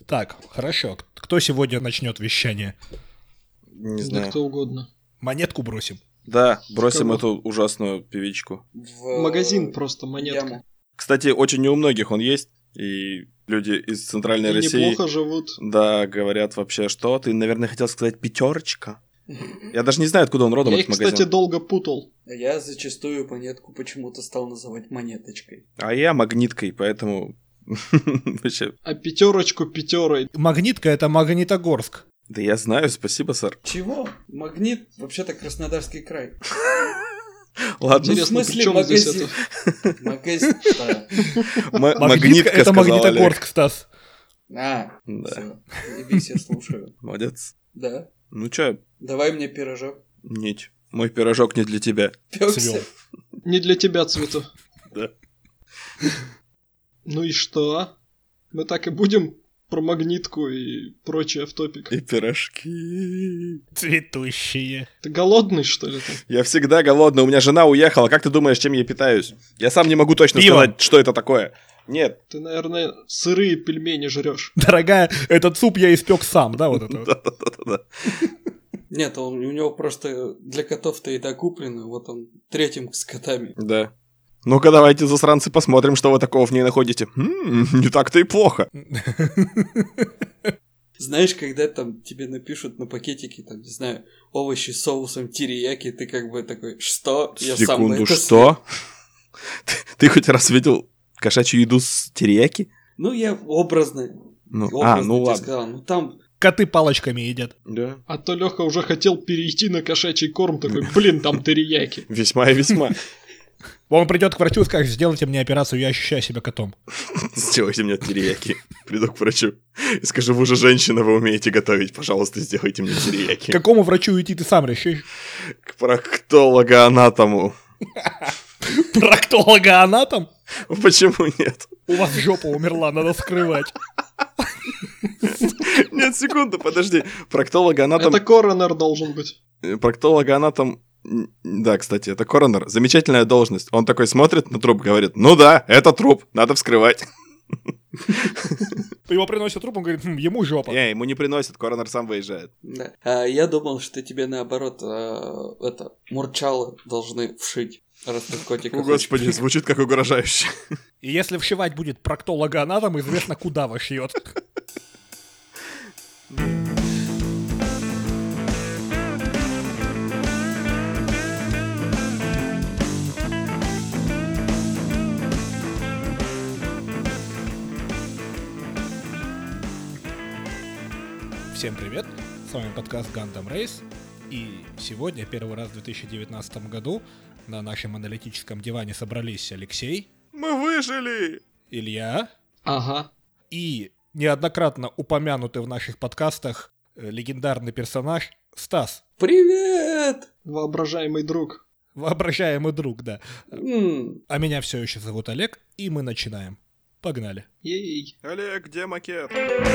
Так, хорошо. Кто сегодня начнет вещание? Не знаю. Да кто угодно. Монетку бросим? Да, бросим Кого? эту ужасную певичку. В Магазин просто, монетка. яму. Кстати, очень не у многих он есть, и люди из Центральной И России... неплохо живут. Да, говорят вообще, что? Ты, наверное, хотел сказать пятерочка? Я даже не знаю, откуда он родом, Я этот их, кстати, магазин. долго путал. Я зачастую монетку почему-то стал называть монеточкой. А я магниткой, поэтому... Вообще... А пятерочку пятерой. Магнитка — это Магнитогорск. Да я знаю, спасибо, сэр. Чего? Магнит? Вообще-то Краснодарский край. Ладно, Интересно, в смысле при чем здесь магазин? это? Магазин, да. Магнитка — магнитка, это сказал Магнитогорск, Стас. А, Да. всё. Ебись, я слушаю. Молодец. Да. Ну чё, Давай мне пирожок. нет, мой пирожок не для тебя. Пёкся. Цвёл. Не для тебя, Цвету. Да. Ну и что? Мы так и будем про магнитку и прочее в топик. И пирожки. Цветущие. Ты голодный, что ли? Ты? Я всегда голодный, у меня жена уехала, как ты думаешь, чем я питаюсь? Я сам не могу точно Пивом. сказать, что это такое. Нет. Ты, наверное, сырые пельмени жрешь. Дорогая, этот суп я испек сам, да, вот это вот? Да-да-да. Нет, у него просто для котов-то еда куплена, вот он третьим с котами. Да. Ну-ка, давайте, засранцы, посмотрим, что вы такого в ней находите. Не так-то и плохо. Знаешь, когда там тебе напишут на пакетике, там, не знаю, овощи с соусом терияки, ты как бы такой, что? Я сам на Секунду, это что? Ты хоть раз видел кошачью еду с терияки? Ну, я образно Ну тебе ладно. сказал. Ну, там, Коты палочками едят. Да. А то Леха уже хотел перейти на кошачий корм, такой, блин, там терияки. Весьма и весьма. Он придет к врачу и скажет: сделайте мне операцию, я ощущаю себя котом. Сделайте мне терияки. Приду к врачу и скажу: вы же женщина, вы умеете готовить, пожалуйста, сделайте мне К терияки. какому врачу идти, ты сам решишь? К проктологоанатому. Проктолога-анатом? Почему нет? У вас жопа умерла, надо скрывать. Нет, секунду, подожди. Проктологоанатом... Это коронер должен быть. Проктологоанатом... Да, кстати, это коронер. Замечательная должность. Он такой смотрит на труп, говорит: ну да, это труп, надо вскрывать. Его приносят труп, он говорит: ему жопа. Не, ему не приносят, коронер сам выезжает. да. А я думал, что тебе наоборот, это, мурчало должны вшить. Раз ты котика О, хочешь. господи, звучит как угрожающе. И если вшивать будет проктолога-анатом, известно, куда вошьет. Всем привет, с вами подкаст Gundam Race, и сегодня, первый раз в 2019 году, на нашем аналитическом диване собрались Алексей, Мы выжили! Илья Ага. и неоднократно упомянутый в наших подкастах легендарный персонаж Стас. Привет! Воображаемый друг. Воображаемый друг, да. М, А меня все еще зовут Олег, и мы начинаем. Погнали. Ей. Олег, где макет?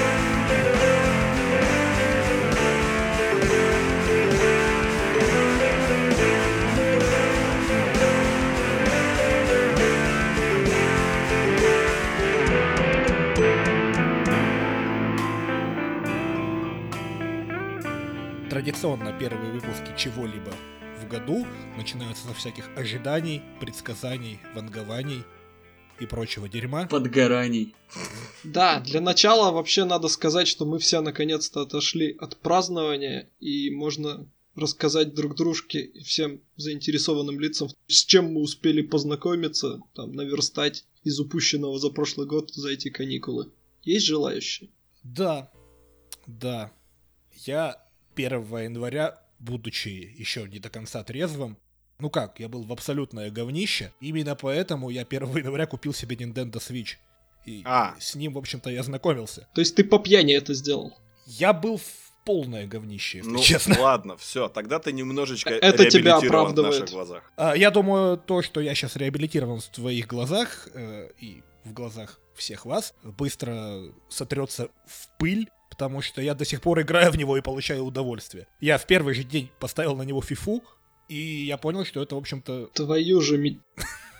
Традиционно первые выпуски чего-либо в году начинаются со всяких ожиданий, предсказаний, вангований и прочего дерьма. Подгораний. Да, для начала вообще надо сказать, что мы все наконец-то отошли от празднования, и можно рассказать друг дружке и всем заинтересованным лицам, с чем мы успели познакомиться, там, наверстать из упущенного за прошлый год за эти каникулы. Есть желающие? Да, да. Я 1 января, будучи еще не до конца трезвым, ну как, я был в абсолютное говнище, именно поэтому я 1 января купил себе Nintendo Switch. И с ним, в общем-то, я знакомился. То есть ты по пьяни это сделал? Я был в полное говнище, если Ну, честно. ладно, все, тогда ты немножечко Это тебя реабилитирован в оправдывает. наших глазах. Я думаю, то, что я сейчас реабилитирован в твоих глазах и в глазах всех вас, быстро сотрется в пыль, потому что я до сих пор играю в него и получаю удовольствие. Я в первый же день поставил на него фифу, и я понял, что это, в общем-то... Твою же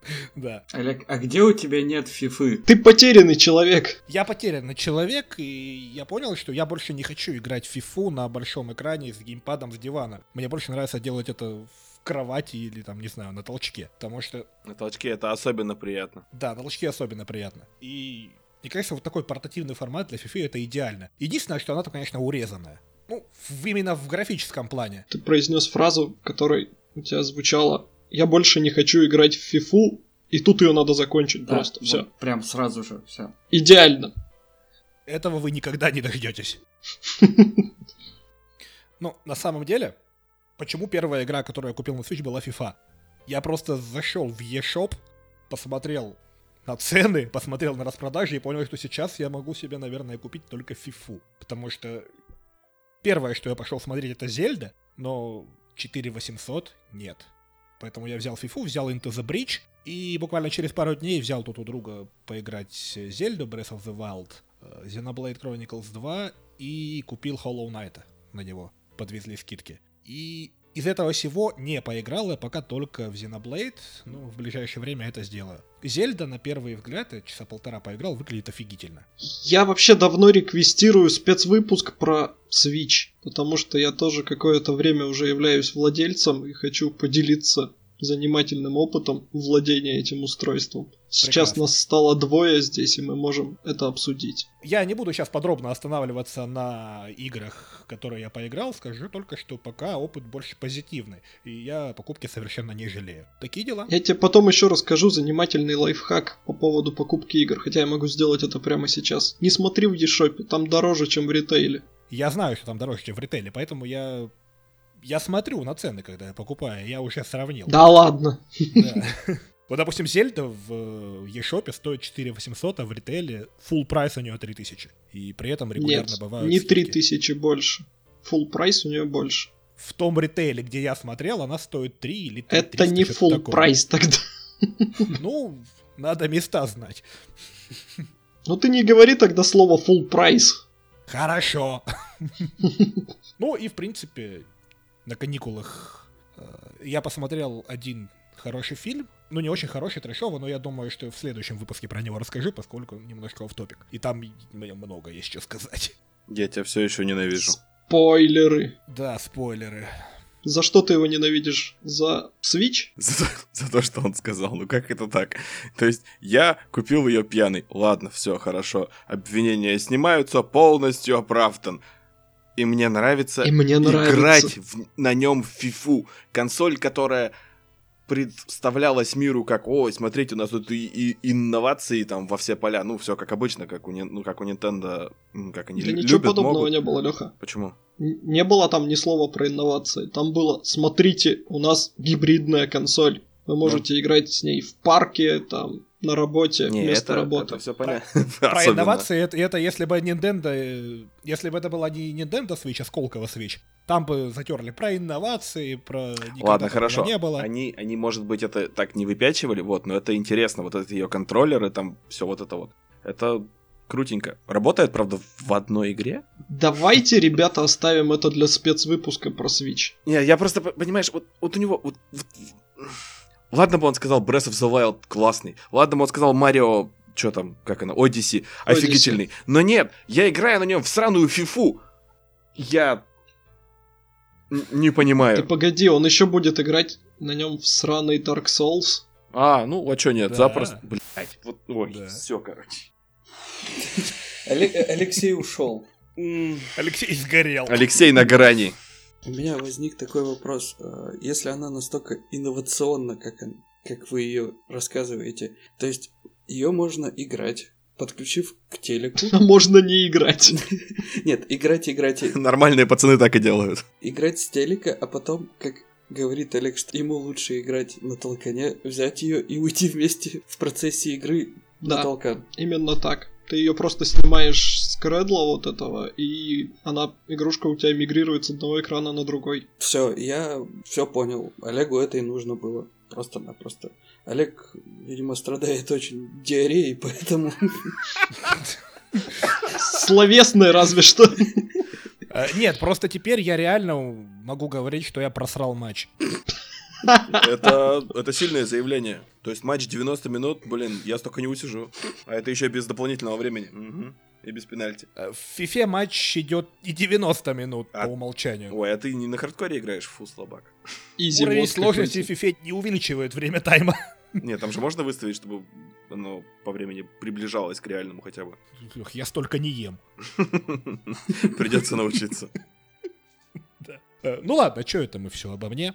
Да. Олег, а где у тебя нет фифы? Ты потерянный человек. Я потерянный человек, и я понял, что я больше не хочу играть в фифу на большом экране с геймпадом с дивана. Мне больше нравится делать это в кровати или там, не знаю, на толчке. Потому что... На толчке это особенно приятно. Да, на толчке особенно приятно. И мне кажется, вот такой портативный формат для фифы это идеально. Единственное, что она-то, конечно, урезанная. Ну, именно в графическом плане. Ты произнес фразу, которой у тебя звучало: «Я больше не хочу играть в фифу», и тут ее надо закончить Да, просто. вот Все. прям сразу же, все. Идеально. Этого вы никогда не дождетесь. Ну, на самом деле, почему первая игра, которую я купил на Switch, была FIFA? Я просто зашел в eShop, посмотрел на цены, посмотрел на распродажи и понял, что сейчас я могу себе, наверное, купить только FIFA. Потому что первое, что я пошел смотреть, это Зельда, но 4800 нет. Поэтому я взял FIFA, взял Into the Breach, и буквально через пару дней взял тут у друга поиграть Зельду Breath of the Wild, Xenoblade Chronicles 2 и купил Hollow Knight на него. Подвезли скидки. И из этого всего не поиграл я пока только в Xenoblade, но в ближайшее время это сделаю. Зельда на первый взгляд, я часа полтора поиграл, выглядит офигительно. Я вообще давно реквестирую спецвыпуск про Switch, потому что я тоже какое-то время уже являюсь владельцем и хочу поделиться занимательным опытом владения этим устройством. Сейчас Прекрасно. нас стало двое здесь, и мы можем это обсудить. Я не буду сейчас подробно останавливаться на играх, которые я поиграл, скажу только, что пока опыт больше позитивный, и я о покупке совершенно не жалею. Такие дела. Я тебе потом еще расскажу занимательный лайфхак по поводу покупки игр, хотя я могу сделать это прямо сейчас. Не смотри в eShop, там дороже, чем в ритейле. Я знаю, что там дороже, чем в ритейле, поэтому я смотрю на цены, когда я покупаю, я уже сравнил. Да ладно. Да. Вот, допустим, Зельда в eShop стоит 4800, а в ритейле full прайс у нее 3000. И при этом регулярно Нет, бывают не скидки. 3000 больше. Full прайс у нее больше. В том ритейле, где я смотрел, она стоит 3 или 3 Это не full прайс тогда. Ну, надо места знать. Ну ты не говори тогда слово full прайс. Хорошо. Ну и, в принципе, на каникулах я посмотрел один хороший фильм. Ну, не очень хороший, трэшовый, но я думаю, что в следующем выпуске про него расскажу, поскольку немножко офф-топик. И там много есть что сказать. Я тебя все еще ненавижу. Спойлеры. Да, спойлеры. За что ты его ненавидишь? За Switch? За то, что он сказал. Ну как это так? То есть я купил ее пьяный. Ладно, все хорошо. Обвинения снимаются, полностью оправдан. И мне нравится играть на нем в фифу. Консоль, которая представлялась миру как: ой, смотрите, у нас тут и инновации там во все поля. Ну, все как обычно, как у Nintendo, как они любят, ничего подобного могут. не было, Леха. Почему? Не было там ни слова про инновации. Там было: смотрите, у нас гибридная консоль. Вы можете играть с ней в парке, там, на работе, вместо работы. Это все понятно. Про инновации, это если бы Nintendo, если бы это была не Nintendo Switch, а Сколково Switch, там бы затерли про инновации, про... Ладно, хорошо. Не было. Они, может быть, это так не выпячивали, вот, но это интересно. Вот это ее контроллеры, там все вот это вот. Это крутенько. Работает, правда, в одной игре. Давайте, ребята, оставим это для спецвыпуска про Switch. Не, я просто, понимаешь, вот у него... Ладно бы он сказал Breath of the Wild классный. Ладно бы он сказал Mario, что там, как она, Odyssey, офигительный. Но нет, я играю на нем в сраную фифу. Я не понимаю. Ты погоди, он еще будет играть на нем в сраный Dark Souls. Ну а чё нет, Да. запросто. Блять, вот, ой, Да. все, короче. Алексей ушел. Алексей сгорел. Алексей на грани. У меня возник такой вопрос. Если она настолько инновационна, как вы ее рассказываете, то есть ее можно играть, подключив к телеку? Можно не играть. Нет, играть. Нормальные пацаны так и делают. Играть с телека, а потом, как говорит Олег, что ему лучше играть на толкане, взять ее и уйти вместе в процессе игры на Да, толкан. именно так. Ты ее просто снимаешь с кредла вот этого, и игрушка у тебя мигрирует с одного экрана на другой. Все, я все понял. Олегу это и нужно было. Просто-напросто. Олег, видимо, страдает очень диареей, поэтому... Словесной разве что. Нет, просто теперь я реально могу говорить, что я просрал матч. Это сильное заявление. То есть матч 90 минут, блин, я столько не усижу. А это еще без дополнительного времени. Угу. И без пенальти. В FIFA матч идет и 90 минут по умолчанию. Ой, а ты не на хардкоре играешь, фу, слабак. Уровень сложности в FIFA не увеличивает время тайма. Нет, там же можно выставить, чтобы оно по времени приближалось к реальному хотя бы. Я столько не ем. Придется научиться. Ну ладно, что это мы все обо мне?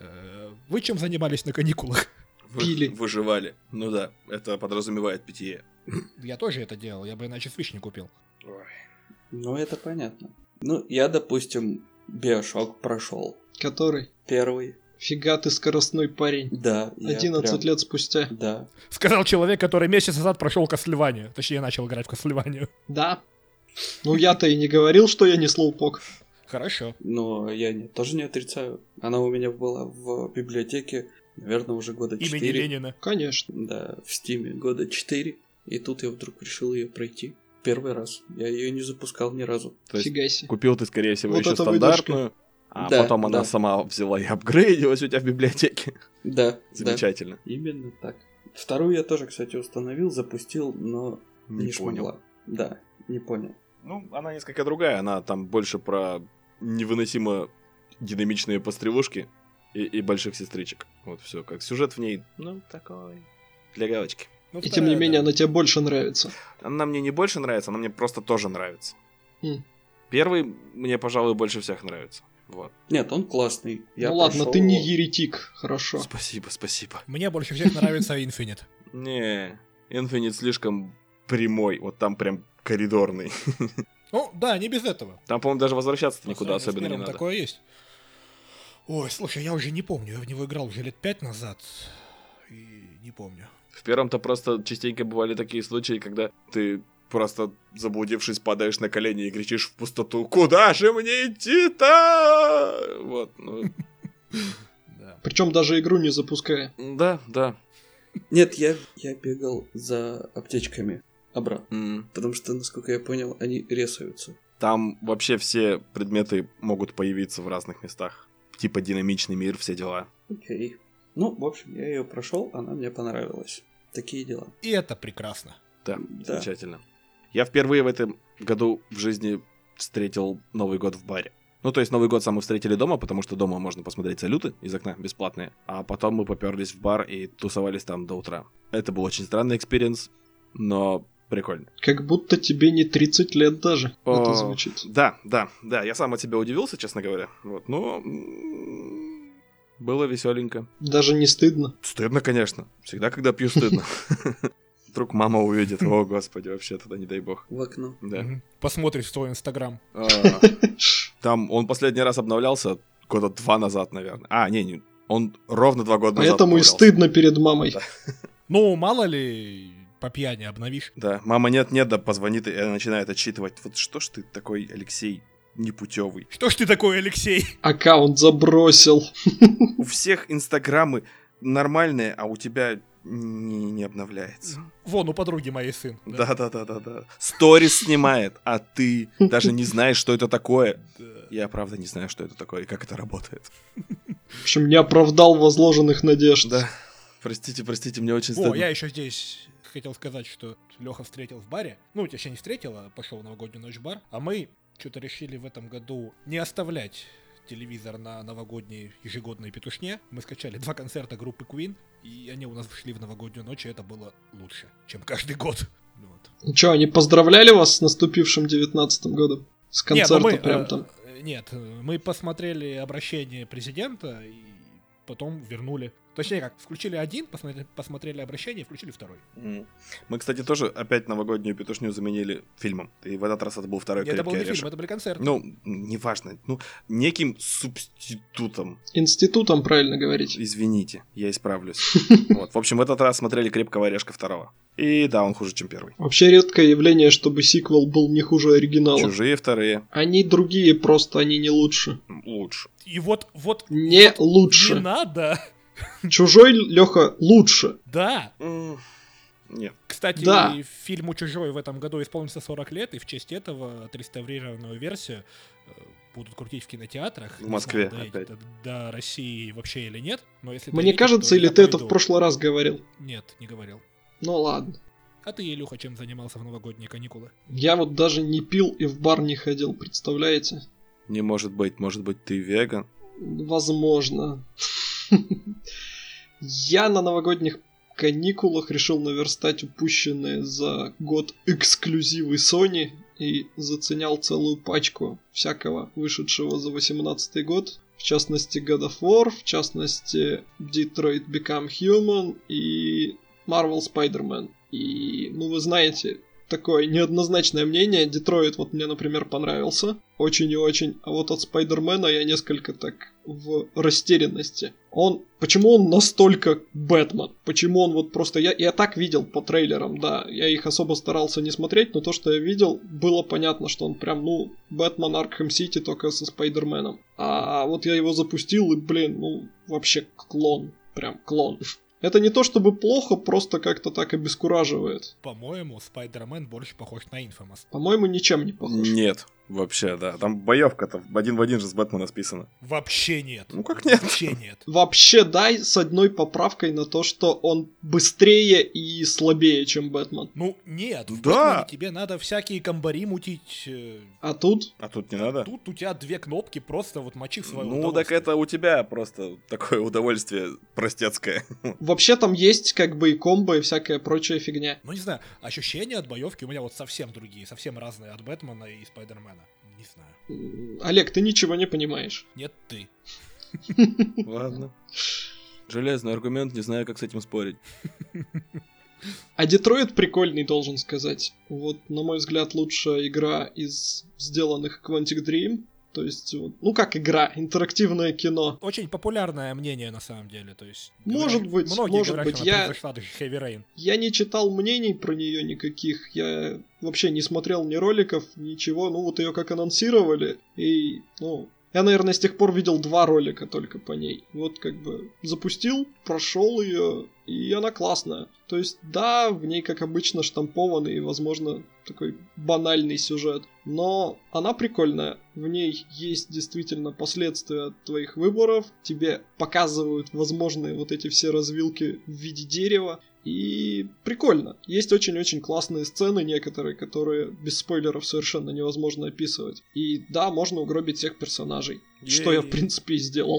Вы чем занимались на каникулах? Пили. Выживали. Ну да, это подразумевает питье. Я тоже это делал, я бы иначе Switch не купил. Ой. Ну, это понятно. Ну, я, допустим, Биошок прошел. Который? Первый. Фига ты скоростной парень. Да. 11 лет спустя. Да. Сказал человек, который месяц назад прошел Castlevania. Точнее, начал играть в Castlevania. Да. Ну, я-то и не говорил, что я не слоупок. Хорошо. Но я тоже не отрицаю. Она у меня была в библиотеке, наверное, уже года 4. Имени Ленина. Конечно. Да, в Стиме года 4. И тут я вдруг решил ее пройти. Первый раз. Я ее не запускал ни разу. То есть Фига себе. купил ты, скорее всего, Вот еще это стандартную, а Да, потом она да. сама взяла и апгрейдилась у тебя в библиотеке. Да. Замечательно. Да, именно так. Вторую я тоже, кстати, установил, запустил, но не понял. смогла. Да, не понял. Ну, она несколько другая, она там больше про невыносимо динамичные пострелушки и больших сестричек. Вот все, как сюжет в ней, ну, такой, для галочки. Ну, И тем не менее, она тебе больше нравится. Она мне не больше нравится, она мне просто тоже нравится. Хм. Первый мне, пожалуй, больше всех нравится. Вот. Нет, он классный. Я Ну ладно, прошел ты не его. еретик. Хорошо. Спасибо. Мне больше всех нравится Infinite. Не, Infinite слишком прямой, вот там прям коридорный. Ну, да, не без этого. Там, по-моему, даже возвращаться По никуда сравнению с особенно не первым надо. такое есть. Ой, слушай, я уже не помню. Я в него играл уже лет 5 назад. И не помню. В первом-то просто частенько бывали такие случаи, когда ты просто, заблудившись, падаешь на колени и кричишь в пустоту: «Куда же мне идти-то?» Вот, ну... Да. Причем даже игру не запуская. Да. Нет, я бегал за аптечками обратно. М. Потому что, насколько я понял, они ресаются. Там вообще все предметы могут появиться в разных местах. Типа динамичный мир, все дела. Окей. Ну, в общем, я ее прошел, она мне понравилась. Такие дела. И это прекрасно. Да, Да. замечательно. Я впервые в этом году в жизни встретил Новый год в баре. Ну, то есть Новый год сам мы встретили дома, потому что дома можно посмотреть салюты из окна бесплатные. А потом мы поперлись в бар и тусовались там до утра. Это был очень странный экспириенс, но прикольно. Как будто тебе не 30 лет даже. Это О, звучит. Да, я сам от себя удивился, честно говоря. Вот, но было веселенько. Даже не стыдно. Стыдно, конечно. Всегда, когда пью, стыдно. Вдруг мама увидит. О, господи, вообще тогда не дай бог. В окно. Да. Мгм. Посмотришь в свой Инстаграм. Там он последний раз обновлялся года 2 назад, наверное. Не, он ровно 2 года назад Поэтому и обновлялся. стыдно перед мамой. Да. Ну, мало ли, по пьяни обновишь. Да, мама нет, да позвонит и начинает отчитывать. Вот что ж ты такой, Алексей, непутевый. Что ж ты такой, Алексей? Аккаунт забросил. У всех инстаграмы нормальные, а у тебя не обновляется. Вон, у подруги моей сын. Да. Сторис снимает, а ты даже не знаешь, что это такое. Да. Я правда не знаю, что это такое и как это работает. В общем, не оправдал возложенных надежд. Да. Простите, мне очень О, стыдно. я еще здесь хотел сказать, что Леха встретил в баре. Ну, точнее, не встретил, а пошел в новогоднюю ночь в бар. А мы что-то решили в этом году не оставлять телевизор на новогодней ежегодной петушне. Мы скачали 2 концерта группы Queen, и они у нас шли в новогоднюю ночь, и это было лучше, чем каждый год. Вот. Че, они поздравляли вас с наступившим 19-м годом? С концерта Нет, прям там? Нет, мы посмотрели обращение президента и потом вернули. Точнее как, включили один, посмотрели обращение, включили второй. Мы, кстати, тоже опять новогоднюю петушню заменили фильмом. И в этот раз это был второй Это был «Крепкий не орешек». фильм, это были концерты. Ну, неважно. Ну, неким субститутом. Институтом, правильно говорить. Извините, я исправлюсь. Вот. В общем, в этот раз смотрели «Крепкого орешка» 2. И да, он хуже, чем первый. Вообще редкое явление, чтобы сиквел был не хуже оригинала. «Чужие» 2 Они другие, просто они не лучше. лучше. И вот Не вот лучше. не надо. Чужой, Леха, лучше. Да. Нет. Кстати, Да. фильму «Чужой» в этом году исполнится 40 лет, и в честь этого отреставрированную версию будут крутить в кинотеатрах. В Москве Не знаю, опять. до России вообще или нет. Но если Мне доедет, кажется, то или я ты это пойду. в прошлый раз говорил? Нет, не говорил. Ну ладно. А ты, Илюха, чем занимался в новогодние каникулы? Я вот даже не пил и в бар не ходил, представляете? Не может быть ты веган? Возможно. Я на новогодних каникулах решил наверстать упущенные за год эксклюзивы Sony и заценял целую пачку всякого вышедшего за 18 год. В частности, God of War, в частности, Detroit Become Human и Marvel Spider-Man. И, ну, вы знаете, такое неоднозначное мнение. Детройт вот мне, например, понравился. Очень и очень. А вот от Спайдермена я несколько так в растерянности. Почему он настолько Бэтмен? Почему он вот просто... Я так видел по трейлерам, да. Я их особо старался не смотреть, но то, что я видел, было понятно, что он прям, Бэтмен Аркхэм Сити только со Спайдерменом. А вот я его запустил, и, блин, вообще клон. Прям клон. Это не то чтобы плохо, просто как-то так обескураживает. По-моему, Спайдермен больше похож на Infamous. По-моему, ничем не похож. Нет, вообще, да. Там боевка-то один в один же с Бэтмена списана. Вообще нет. Ну как нет? Вообще нет. Вообще дай с одной поправкой на то, что он быстрее и слабее, чем Бэтмен. Ну нет, в Да. Бэтмене тебе надо всякие комбари мутить. А тут? А тут не надо? Тут у тебя 2 кнопки, просто вот мочи в свое Ну, так удовольствие. это у тебя просто такое удовольствие простецкое. Вообще там есть как бы и комбо, и всякая прочая фигня. Ну не знаю, ощущения от боевки у меня вот совсем другие, совсем разные от Бэтмена и Спайдермена. Не знаю. Олег, ты ничего не понимаешь. Нет, ты. Ладно. Железный аргумент, не знаю, как с этим спорить. А Детройт прикольный, должен сказать. Вот, на мой взгляд, лучшая игра из сделанных Quantic Dream. То есть, как игра, интерактивное кино. Очень популярное мнение на самом деле, то есть... Может быть, многие может говорят, быть, что она я- превзошла даже Heavy Rain. Я не читал мнений про нее никаких, я вообще не смотрел ни роликов, ничего. Вот ее как анонсировали, и, я, наверное, с тех пор видел 2 ролика только по ней. Вот как бы запустил, прошел ее, и она классная. То есть, да, в ней, как обычно, штампованный и, возможно, такой банальный сюжет. Но она прикольная. В ней есть действительно последствия от твоих выборов. Тебе показывают возможные вот эти все развилки в виде дерева. И прикольно. Есть очень-очень классные сцены некоторые, которые без спойлеров совершенно невозможно описывать. И да, можно угробить всех персонажей. Что я, в принципе, и сделал.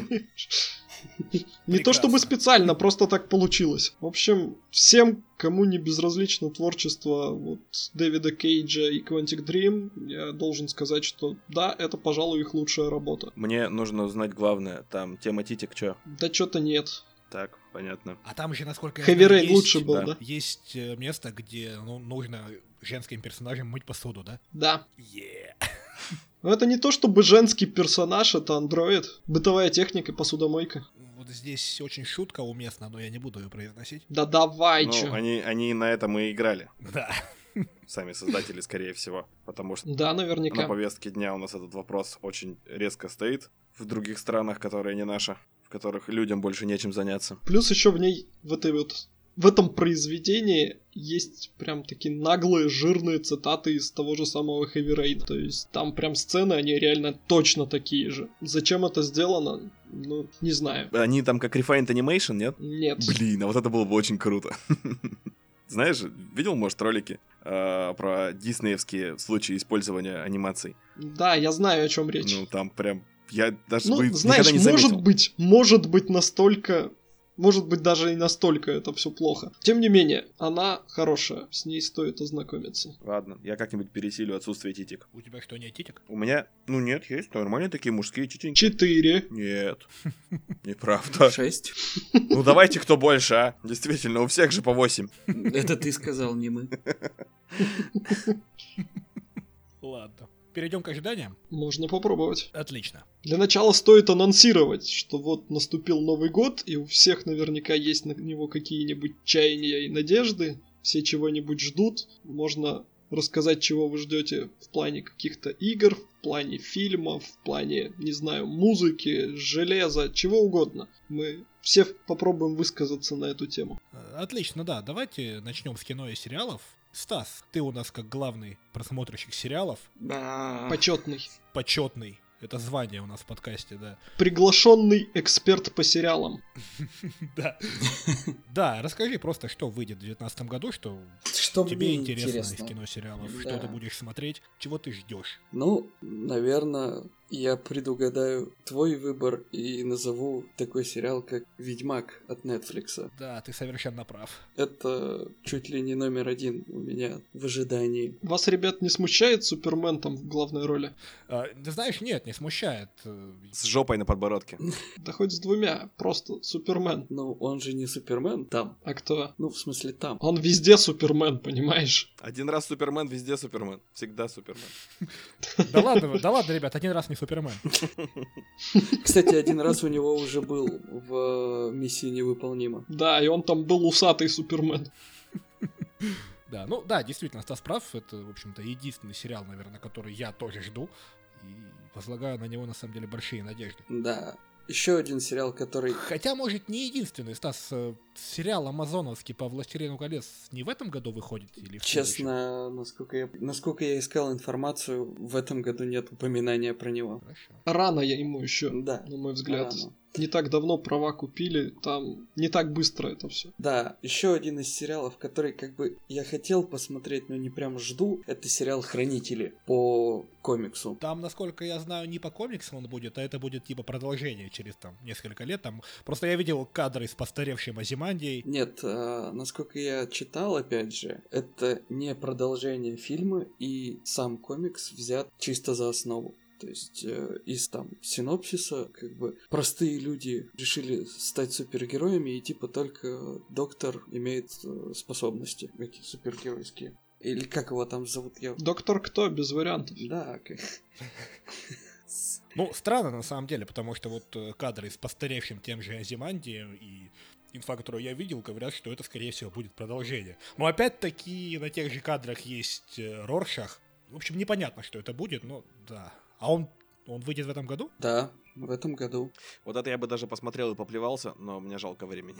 Не то чтобы специально, просто так получилось. В общем, всем, кому не безразлично творчество вот Дэвида Кейджа и Quantic Dream, я должен сказать, что да, это, пожалуй, их лучшая работа. Мне нужно узнать главное. Там тема титик, чё? Да что-то нет. Так, понятно. А там же, насколько я Heavy знаю, Rain лучше был, да. да? есть место, где нужно женским персонажам мыть посуду, да? Да. Yeah. Но это не то чтобы женский персонаж, это андроид. Бытовая техника, посудомойка. Вот здесь очень шутка уместна, но я не буду ее произносить. Да давай, Ну, чё. они на этом и играли. Да. Сами создатели, скорее всего. Потому что Да, на наверняка. повестке дня у нас этот вопрос очень резко стоит. В других странах, которые не наши, в которых людям больше нечем заняться. Плюс еще в ней, в этом произведении есть прям такие наглые, жирные цитаты из того же самого Heavy Rain. То есть там прям сцены, они реально точно такие же. Зачем это сделано? Не знаю. Они там как Refined Animation, нет? Нет. Блин, а вот это было бы очень круто. Знаешь, видел, может, ролики про диснеевские случаи использования анимаций? Да, я знаю, о чем речь. Ну, там прям... Я даже Знаешь, никогда не заметил. может быть настолько... Может быть, даже и настолько это все плохо. Тем не менее, она хорошая, с ней стоит ознакомиться. Ладно, я как-нибудь пересилю отсутствие титик. У тебя что, нет титик? У меня, нет, есть нормальные такие мужские титеньки. 4. Нет, неправда. 6. Ну давайте кто больше, а? Действительно, у всех же по 8. Это ты сказал, не мы. Ладно. Перейдем к ожиданиям? Можно попробовать. Отлично. Для начала стоит анонсировать, что вот наступил Новый год, и у всех наверняка есть на него какие-нибудь чаяния и надежды. Все чего-нибудь ждут. Можно рассказать, чего вы ждете в плане каких-то игр, в плане фильмов, в плане, не знаю, музыки, железа, чего угодно. Мы все попробуем высказаться на эту тему. Отлично, да. Давайте начнем с кино и сериалов. Стас, ты у нас как главный просмотрщик сериалов. Да. Почетный. Это звание у нас в подкасте, да. Приглашенный эксперт по сериалам. Да. Да, расскажи просто, что выйдет в 2019 году, что тебе мне интересно из кино-сериалов, что ты будешь смотреть, чего ты ждешь. Ну, наверное, я предугадаю твой выбор и назову такой сериал, как «Ведьмак» от Netflix. Да, ты совершенно прав. Это чуть ли не номер один у меня в ожидании. Вас, ребят, не смущает Супермен там в главной роли? Ты знаешь, нет, не смущает. С жопой на подбородке. Да хоть с двумя, просто Супермен. Ну, он же не Супермен там. А кто? Ну, в смысле там. Он везде Супермен, понимаешь? Один раз Супермен, везде Супермен. Всегда Супермен. Да ладно, ребят, один раз не Супермен. Кстати, один раз у него уже был в «Миссии невыполнима». Да, и он там был усатый Супермен. Да, ну да, действительно, Стас прав. Это, в общем-то, единственный сериал, наверное, который я тоже жду. И возлагаю на него, на самом деле, большие надежды. Да. Еще один сериал, который... Хотя, может, не единственный. Стас, сериал амазоновский по «Властелину колец» не в этом году выходит? Или в Честно, насколько я искал информацию, в этом году нет упоминания про него. Хорошо. Рано я ему еще, Да. на мой взгляд. Рано. Не так давно права купили, там не так быстро это все. Да, еще один из сериалов, который как бы я хотел посмотреть, но не прям жду, это сериал «Хранители» по комиксу. Там, насколько я знаю, не по комиксам он будет, а это будет типа продолжение через там несколько лет. Там просто я видел кадры с постаревшим Азимандией. Нет, насколько я читал, опять же, это не продолжение фильма, и сам комикс взят чисто за основу. То есть из там синопсиса как бы простые люди решили стать супергероями, и типа только доктор имеет способности эти супергеройские. Или как его там зовут? Доктор Кто, без вариантов. Да, Ну, странно на самом деле, потому что вот кадры с постаревшим тем же Азимандием и инфа, которую я видел, говорят, что это, скорее всего, будет продолжение. Но опять-таки на тех же кадрах есть Роршах. В общем, непонятно, что это будет, но да. А он выйдет в этом году? Да, в этом году. Вот это я бы даже посмотрел и поплевался, но мне жалко времени.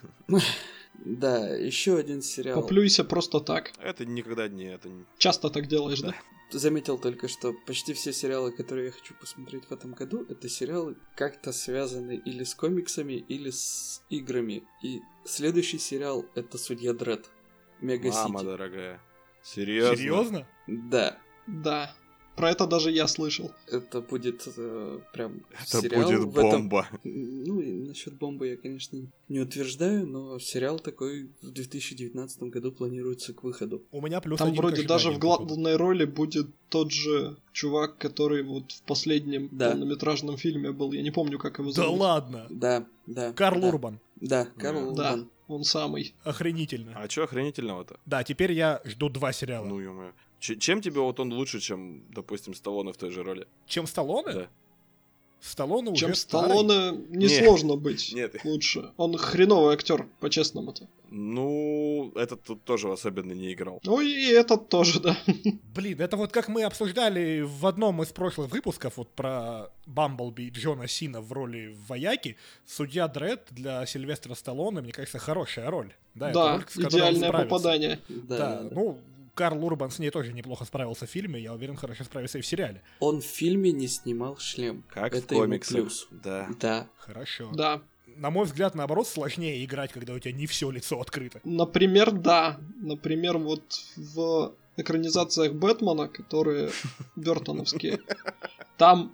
Да, еще один сериал. Поплюйся просто так. Это никогда не... Часто так делаешь, да? Заметил только, что почти все сериалы, которые я хочу посмотреть в этом году, это сериалы как-то связаны или с комиксами, или с играми. И следующий сериал — это «Судья Дред». Мега-Сити. Мама дорогая. Серьезно? Серьезно? Да. Да. Про это даже я слышал. Это будет прям это сериал. Это будет бомба. Ну, и насчет бомбы я, конечно, не утверждаю, но сериал такой в 2019 году планируется к выходу. У меня плюс там один вроде даже в походу. главной роли будет тот же чувак, который вот в последнем полнометражном фильме был. Я не помню, как его зовут. Да ладно? Да. Карл Урбан. Да, Карл Урбан. Да, он самый. Охренительно. А чё охренительного-то? Да, теперь я жду 2 сериала. Ну, ё-моё. Чем тебе вот он лучше, чем, допустим, Сталлоне в той же роли? Чем Сталлоне? Да. Сталлоне уже Чем старый. Сталлоне несложно быть лучше. Он хреновый актер, по-честному-то. Ну, этот тут тоже особенно не играл. Ну и этот тоже, да. Блин, это вот как мы обсуждали в одном из прошлых выпусков вот про Бамблби и Джона Сина в роли вояки. Судья Дред для Сильвестра Сталлоне, мне кажется, хорошая роль. Да, это роль, с которой он идеальное справится. попадание. Да, ну, Карл Урбан с ней тоже неплохо справился в фильме, я уверен, хорошо справится и в сериале. Он в фильме не снимал шлем. Как это в комиксах. Плюс. Да. Хорошо. Да. На мой взгляд, наоборот, сложнее играть, когда у тебя не все лицо открыто. Например, да. Например, вот в экранизациях Бэтмена, которые бёртоновские, там...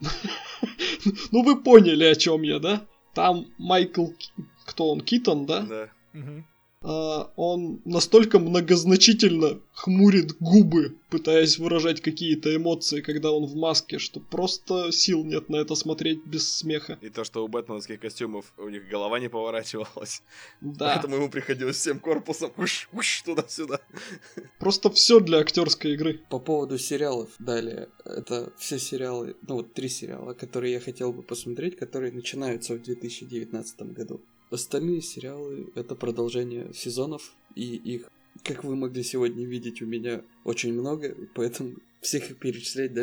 Ну, вы поняли, о чем я, да? Там Майкл... Кто он? Китон, да? Да. Угу. Он настолько многозначительно хмурит губы, пытаясь выражать какие-то эмоции, когда он в маске, что просто сил нет на это смотреть без смеха. И то, что у бэтменовских костюмов у них голова не поворачивалась. Да. Поэтому ему приходилось всем корпусом уш, туда-сюда. Просто все для актерской игры. По поводу сериалов далее. Это все сериалы, ну вот 3 сериала, которые я хотел бы посмотреть, которые начинаются в 2019 году. Остальные сериалы — это продолжение сезонов, и их, как вы могли сегодня видеть, у меня очень много, поэтому всех их перечислять даже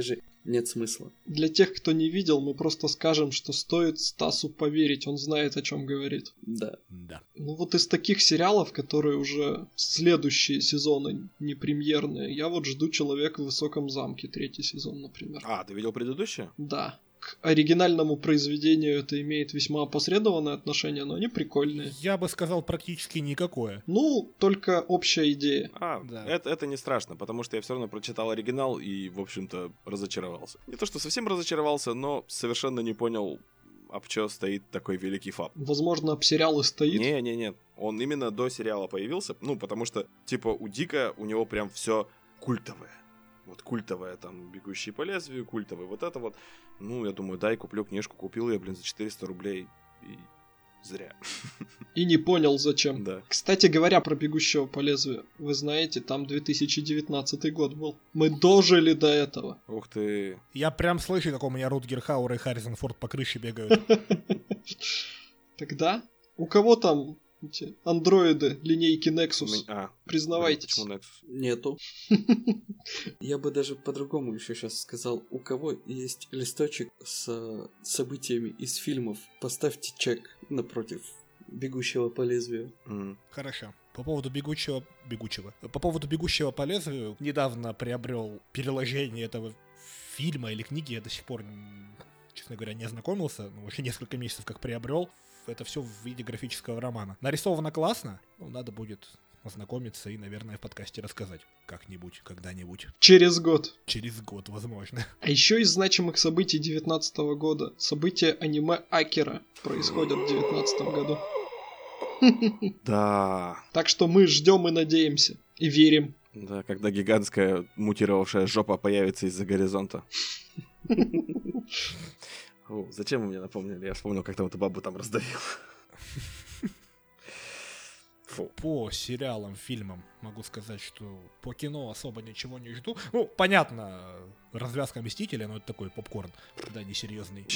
нет смысла. Для тех, кто не видел, мы просто скажем, что стоит Стасу поверить, он знает, о чем говорит. Да. Да. Ну вот из таких сериалов, которые уже следующие сезоны не премьерные, я вот жду «Человек в высоком замке», 3-й сезон, например. А, ты видел предыдущее? Да. К оригинальному произведению это имеет весьма опосредованное отношение, но они прикольные. Я бы сказал, практически никакое. Ну, только общая идея. Да. Это не страшно, потому что я все равно прочитал оригинал и, в общем-то, разочаровался. Не то, что совсем разочаровался, но совершенно не понял, об чё стоит такой великий фаб. Возможно, об сериал и стоит. Не, он именно до сериала появился, ну, потому что, типа, у Дика у него прям все культовое. Вот культовое, там, «Бегущие по лезвию», культовое вот это вот. Ну, я думаю, дай, куплю книжку. Купил я, за 400 рублей. И зря. И не понял, зачем. Да. Кстати говоря, про «Бегущего по лезвию». Вы знаете, там 2019 год был. Мы дожили до этого. Ух ты. Я прям слышу, как у меня Рутгер Хауэр и Харрисон Форд по крыше бегают. Тогда у кого там эти андроиды линейки Nexus? Признавайтесь. Почему Nexus? Нету. Я бы даже по-другому еще сейчас сказал. У кого есть листочек с событиями из фильмов, поставьте чек напротив «Бегущего по лезвию». Хорошо. По поводу бегущего по лезвию, недавно приобрел переложение этого фильма или книги, я до сих пор, честно говоря, не ознакомился, но уже несколько месяцев как приобрел. Это все в виде графического романа. Нарисовано классно, но надо будет ознакомиться и, наверное, в подкасте рассказать как-нибудь, когда-нибудь. Через год. Через год, возможно. А еще из значимых событий 2019 года. События аниме Акира происходят в 2019 году. Да. Так что мы ждем и надеемся. И верим. Да, когда гигантская мутировавшая жопа появится из-за горизонта. Зачем вы мне напомнили? Я вспомнил, как там эту бабу там раздавил. Фу. По сериалам, фильмам могу сказать, что по кино особо ничего не жду. Ну, понятно, развязка Мстителя, но это такой попкорн, да, несерьезный.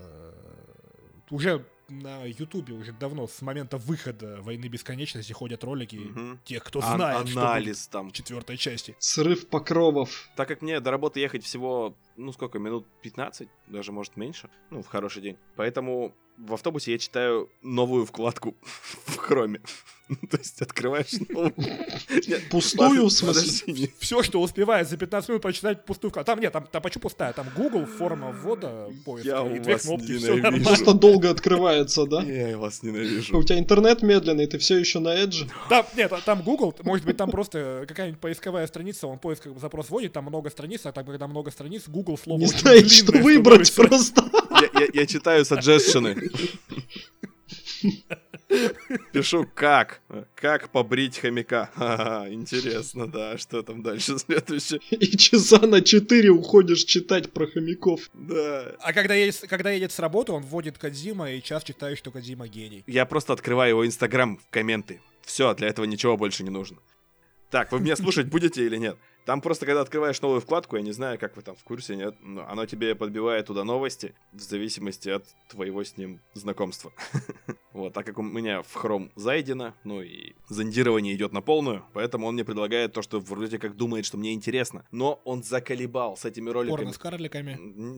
Уже на Ютубе уже давно, с момента выхода «Войны бесконечности» ходят ролики тех, кто знает, анализ что там в 4-й части. Срыв покровов. Так как мне до работы ехать всего, минут 15, даже может меньше, в хороший день. Поэтому в автобусе я читаю новую вкладку в Хроме. То есть открываешь новую. Пустую, в смысле? Все, что успевает за 15 минут прочитать пустую вкладку. Там почему пустая? Там Google, форма ввода, поиск. Я и две кнопки, все ненавижу. Просто долго открывается, да? Я вас ненавижу. У тебя интернет медленный, ты все еще на Edge? Там Google, может быть, там просто какая-нибудь поисковая страница, он поиск запрос вводит, там много страниц, а так, когда много страниц, Google слово не очень знает, что длинное выбрать становится. просто. Я читаю саджешены. Пишу как побрить хомяка. Интересно, да, что там дальше следующее. И часа на 4 уходишь читать про хомяков. Да. А когда едет с работы, он вводит Кодзима, и час читаешь, что Кодзима гений. Я просто открываю его Инстаграм в комменты. Все, для этого ничего больше не нужно. Так, вы меня слушать будете или нет? Там просто, когда открываешь новую вкладку, я не знаю, как вы там в курсе, нет, но оно тебе подбивает туда новости в зависимости от твоего с ним знакомства. Вот, так как у меня в Chrome зайдено, и зондирование идет на полную, поэтому он мне предлагает то, что вроде как думает, что мне интересно. Но он заколебал с этими роликами. Порно с карликами.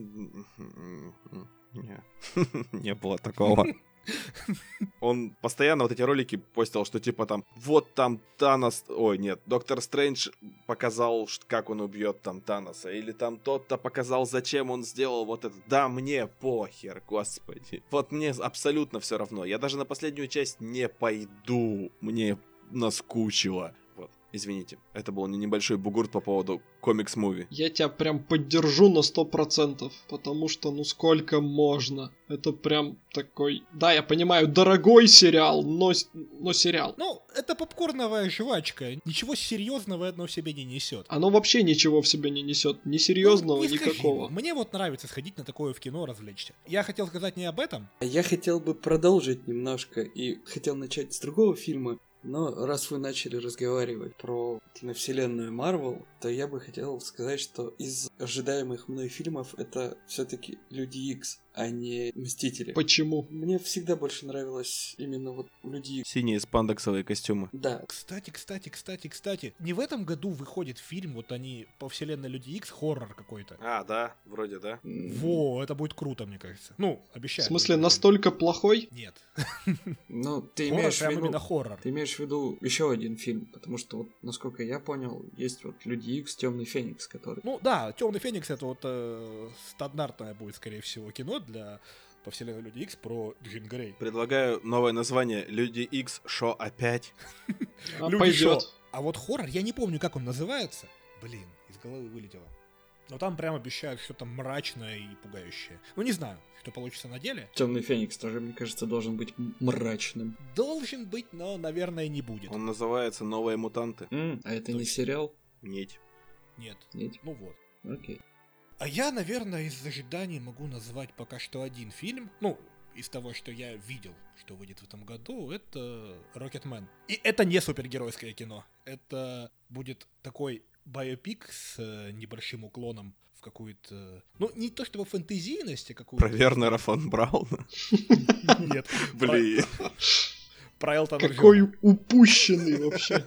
Не было такого. Он постоянно вот эти ролики постил, что типа там, вот там Танос, Доктор Стрэндж показал, как он убьет там Таноса, или там тот-то показал, зачем он сделал вот это. Да мне похер, господи. Вот мне абсолютно все равно. Я даже на последнюю часть не пойду. Мне наскучило. Вот, извините. Это был небольшой бугурт по поводу комикс-муви. Я тебя прям поддержу на 100%, потому что сколько можно. Это прям такой... Да, я понимаю, дорогой сериал, но сериал. Это попкорновая жвачка. Ничего серьезного оно в себе не несет. Оно вообще ничего в себе не несет. Ни серьезного, никакого. Мне нравится сходить на такое в кино, развлечься. Я хотел сказать не об этом. Я хотел бы продолжить немножко и хотел начать с другого фильма. Но раз вы начали разговаривать про киновселенную Марвел, то я бы хотел сказать, что из ожидаемых мной фильмов это все-таки Люди Икс. а не Мстители. Почему? Мне всегда больше нравилось именно вот Люди. Синие спандексовые костюмы. Да. Кстати, не в этом году выходит фильм, вот они по вселенной Люди Икс, хоррор какой-то. А, да, вроде да. Во, это будет круто, мне кажется. Ну, обещаю. В смысле, настолько плохой? Нет. Ну, ты Хоррор, имеешь в прям виду... именно хоррор. Ты имеешь в виду еще один фильм, потому что, вот, насколько я понял, есть вот Люди Икс, Темный Феникс, который... Ну да, Темный Феникс это вот стандартное будет, скорее всего, кино для по вселенной Люди Икс про Джин Грей. Предлагаю новое название. Люди Икс, шо опять? Пойдет. А вот хоррор, я не помню, как он называется. Блин, из головы вылетело. Но там прям обещают что-то мрачное и пугающее. Ну не знаю, что получится на деле. Темный Феникс тоже, мне кажется, должен быть мрачным. Должен быть, но, наверное, не будет. Он называется «Новые мутанты». А это не сериал? Нет. Нет. Нет? Ну вот. Окей. А я, наверное, из ожиданий могу назвать пока что один фильм. Ну, из того, что я видел, что выйдет в этом году, это Рокетмен. И это не супергеройское кино. Это будет такой байопик с небольшим уклоном в какую-то... Ну, не то чтобы фэнтезийность, а какую-то... Про Вернера фон Брауна? Нет. Блин. Про Элтона Джона. Какой упущенный вообще.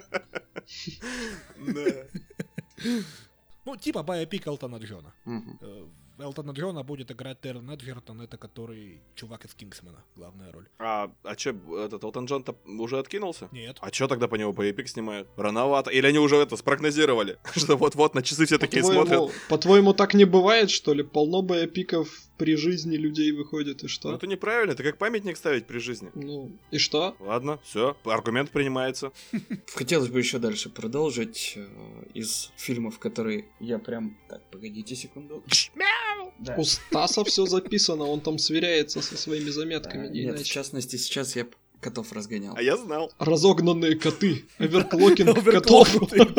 Ну, типа байопик Элтона Джона. Элтона Джона будет играть Террен Эджертон, это который чувак из Кингсмена, главная роль. А чё, этот Элтон Джон-то уже откинулся? Нет. А чё тогда по нему байопик снимают? Рановато. Или они уже это спрогнозировали? Что вот-вот на часы все такие смотрят. По-твоему, так не бывает, что ли? Полно байопиков при жизни людей выходит, и что? Ну это неправильно, это как памятник ставить при жизни. Ну, и что? Ладно, все, аргумент принимается. Хотелось бы еще дальше продолжить из фильмов, которые я прям... Так, погодите секунду. Да. У Стаса все записано, он там сверяется со своими заметками. Да, не нет, в иначе. частности, сейчас я котов разгонял. А я знал. Разогнанные коты. Оверклокинг котов.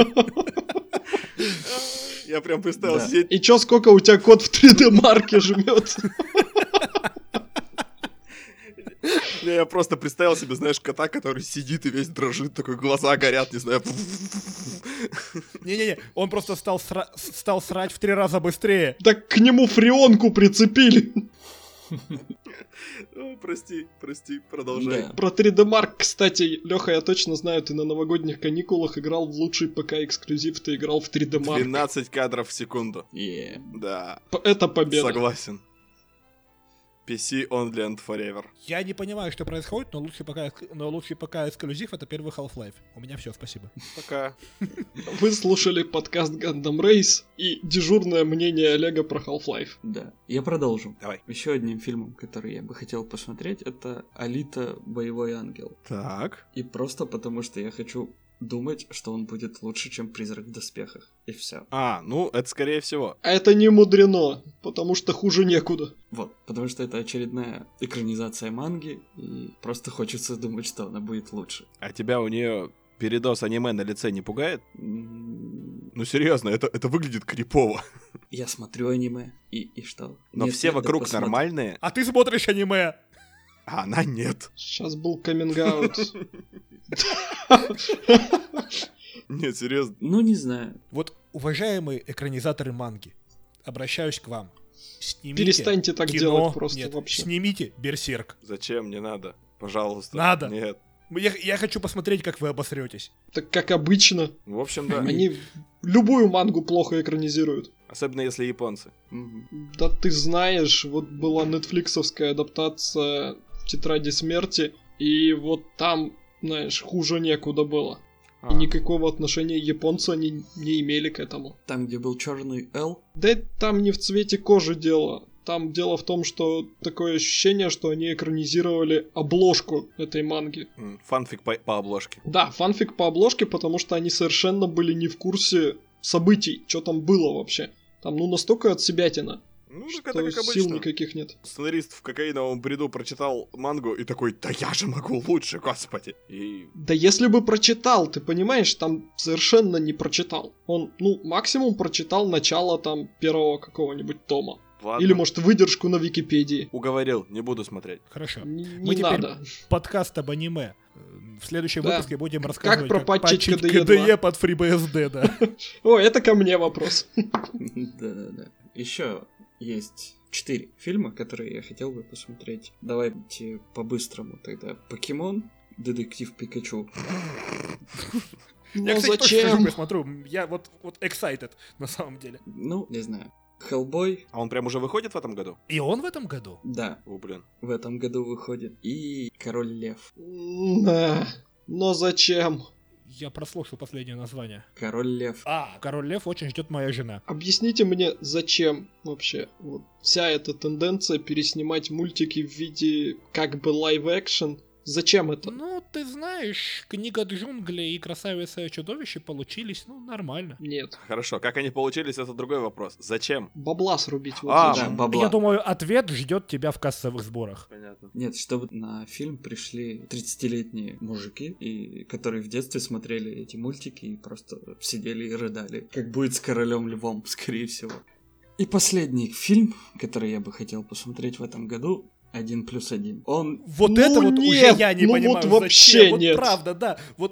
Я прям представил сидеть. И чё, сколько у тебя кот в 3D-марке жмет? Я просто представил себе, знаешь, кота, который сидит и весь дрожит, такой глаза горят, не знаю. Не-не-не, он просто стал срать в 3 раза быстрее. Так к нему фреонку прицепили. Прости, продолжай. Да. Про 3D-марк, кстати, Лёха, я точно знаю, ты на новогодних каникулах играл в лучший ПК-эксклюзив, ты играл в 3D-марк. 12 кадров в секунду. Yeah. Да. Это победа. Согласен. PC only and forever. Я не понимаю, что происходит, но лучший пока эксклюзив это первый Half-Life. У меня все, спасибо. Пока. Вы слушали подкаст Gundam Race и дежурное мнение Олега про Half-Life. Да, я продолжу. Давай. Еще одним фильмом, который я бы хотел посмотреть, это «Алита. Боевой ангел». Так. И просто потому, что я хочу думать, что он будет лучше, чем «Призрак в доспехах». И все. Ну, это скорее всего. А это не мудрено, потому что хуже некуда. Вот, потому что это очередная экранизация манги, и просто хочется думать, что она будет лучше. А тебя у нее передоз аниме на лице не пугает? Ну серьезно, это выглядит крипово. Я смотрю аниме, и что? Но Нет, все нет, да вокруг посмотри. нормальные, А ты смотришь аниме? а она нет. Сейчас был каминг-аут. Нет, серьезно. Ну, не знаю. Вот, уважаемые экранизаторы манги, обращаюсь к вам. Снимите Перестаньте так кино. делать просто Нет, вообще. Снимите Берсерк. Зачем? Не надо. Пожалуйста. Надо. Нет. Я хочу посмотреть, как вы обосретесь. Так как обычно. В общем, да. Они любую мангу плохо экранизируют. Особенно если японцы. Мгм. Да ты знаешь, вот была нетфликсовская адаптация «Тетради смерти», и вот там, знаешь, хуже некуда было. И никакого отношения японцы они не имели к этому. Там, где был черный Л. Да там не в цвете кожи дело. Там дело в том, что такое ощущение, что они экранизировали обложку этой манги. Фанфик по обложке. Да, фанфик по обложке, потому что они совершенно были не в курсе событий, что там было вообще. Там, настолько отсебятина, Ну, так что это как сил обычно. никаких нет. Сценарист в кокаиновом бреду прочитал мангу и такой, да я же могу лучше, господи. И Да если бы прочитал, ты понимаешь, там совершенно не прочитал. Он, максимум прочитал начало там первого какого-нибудь тома. ладно. Или, может, выдержку на Википедии. Уговорил, не буду смотреть. Хорошо. Не Мы теперь надо. подкаст об аниме. В следующем Да. выпуске будем рассказывать, пропатчить патчить KDE KDE под FreeBSD, да. О, это ко мне вопрос. Да-да-да. Еще есть 4 фильма, которые я хотел бы посмотреть. Давайте по-быстрому тогда. «Покемон», «Детектив Пикачу». Я, кстати, тоже сижу, посмотрю. Я вот excited, на самом деле. Ну, не знаю. «Хеллбой». А он прям уже выходит в этом году? И он в этом году? Да. О, блин. В этом году выходит. И «Король Лев». Но зачем? Я прослушал последнее название. «Король Лев». «Король Лев» очень ждет моя жена. Объясните мне, зачем вообще вот вся эта тенденция переснимать мультики в виде как бы лайв-экшен? Зачем это? Ну, ты знаешь, «Книга джунглей» и «Красавица и чудовище» получились, нормально. Нет. Хорошо, как они получились, это другой вопрос. Зачем? Бабла срубить. Вот Да, зачем. бабла. Я думаю, ответ ждет тебя в кассовых сборах. Понятно. Нет, чтобы на фильм пришли 30-летние мужики, которые в детстве смотрели эти мультики и просто сидели и рыдали. Как будет с «Королем Львом», скорее всего. И последний фильм, который я бы хотел посмотреть в этом году, «1+1». Он... Вот это вот нет, уже я не понимаю, вот вообще зачем. нет. Вот правда, да. Вот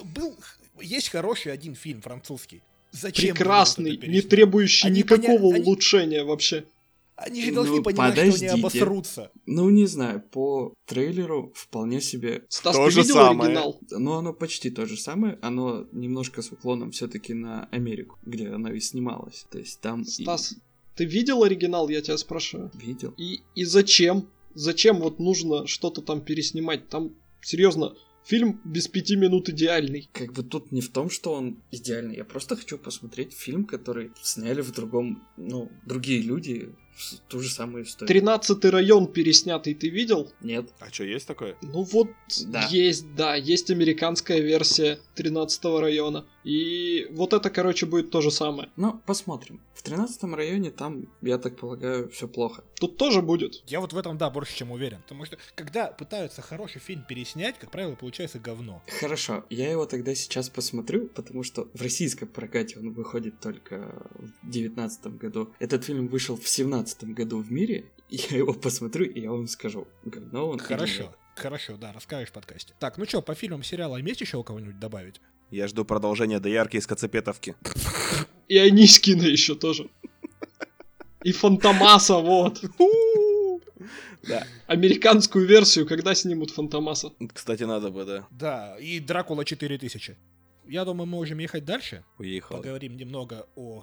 есть хороший один фильм французский. Зачем? Прекрасный, не требующий никакого улучшения вообще. Они же должны понимать, что они обосрутся. Ну, не знаю, по трейлеру вполне себе... Стас, то ты же видел самое. оригинал? Ну, оно почти то же самое, оно немножко с уклоном все-таки на Америку, где оно и снималось. То есть там... Стас, ты видел оригинал, я тебя спрашиваю? Видел. И зачем? Зачем вот нужно что-то там переснимать? Там, серьезно, фильм без 5 минут идеальный. Как бы тут не в том, что он идеальный. Я просто хочу посмотреть фильм, который сняли в другом... Ну, другие люди... Ту же самую историю. 13-й район переснятый ты видел? Нет. А что, есть такое? Ну вот, Да. есть американская версия 13-го района. И вот это, короче, будет то же самое. Ну, посмотрим. В 13-м районе там, я так полагаю, все плохо. Тут тоже будет. Я вот в этом, да, больше чем уверен. Потому что, когда пытаются хороший фильм переснять, как правило, получается говно. Хорошо, я его тогда сейчас посмотрю, потому что в российском прокате он выходит только в 2019 году. Этот фильм вышел в 2017 году в мире, и я его посмотрю, и я вам скажу, говно он или нет. Хорошо, да, расскажешь в подкасте. Так, ну что, по фильмам сериала есть еще у кого-нибудь добавить? Я жду продолжения доярки из Коцепетовки. И Анискина еще тоже. И Фантомаса, вот. Да. Американскую версию, когда снимут Фантомаса. Кстати, надо бы, да. Да, и Дракула 4000. Я думаю, мы можем ехать дальше. Уехал. Поговорим немного о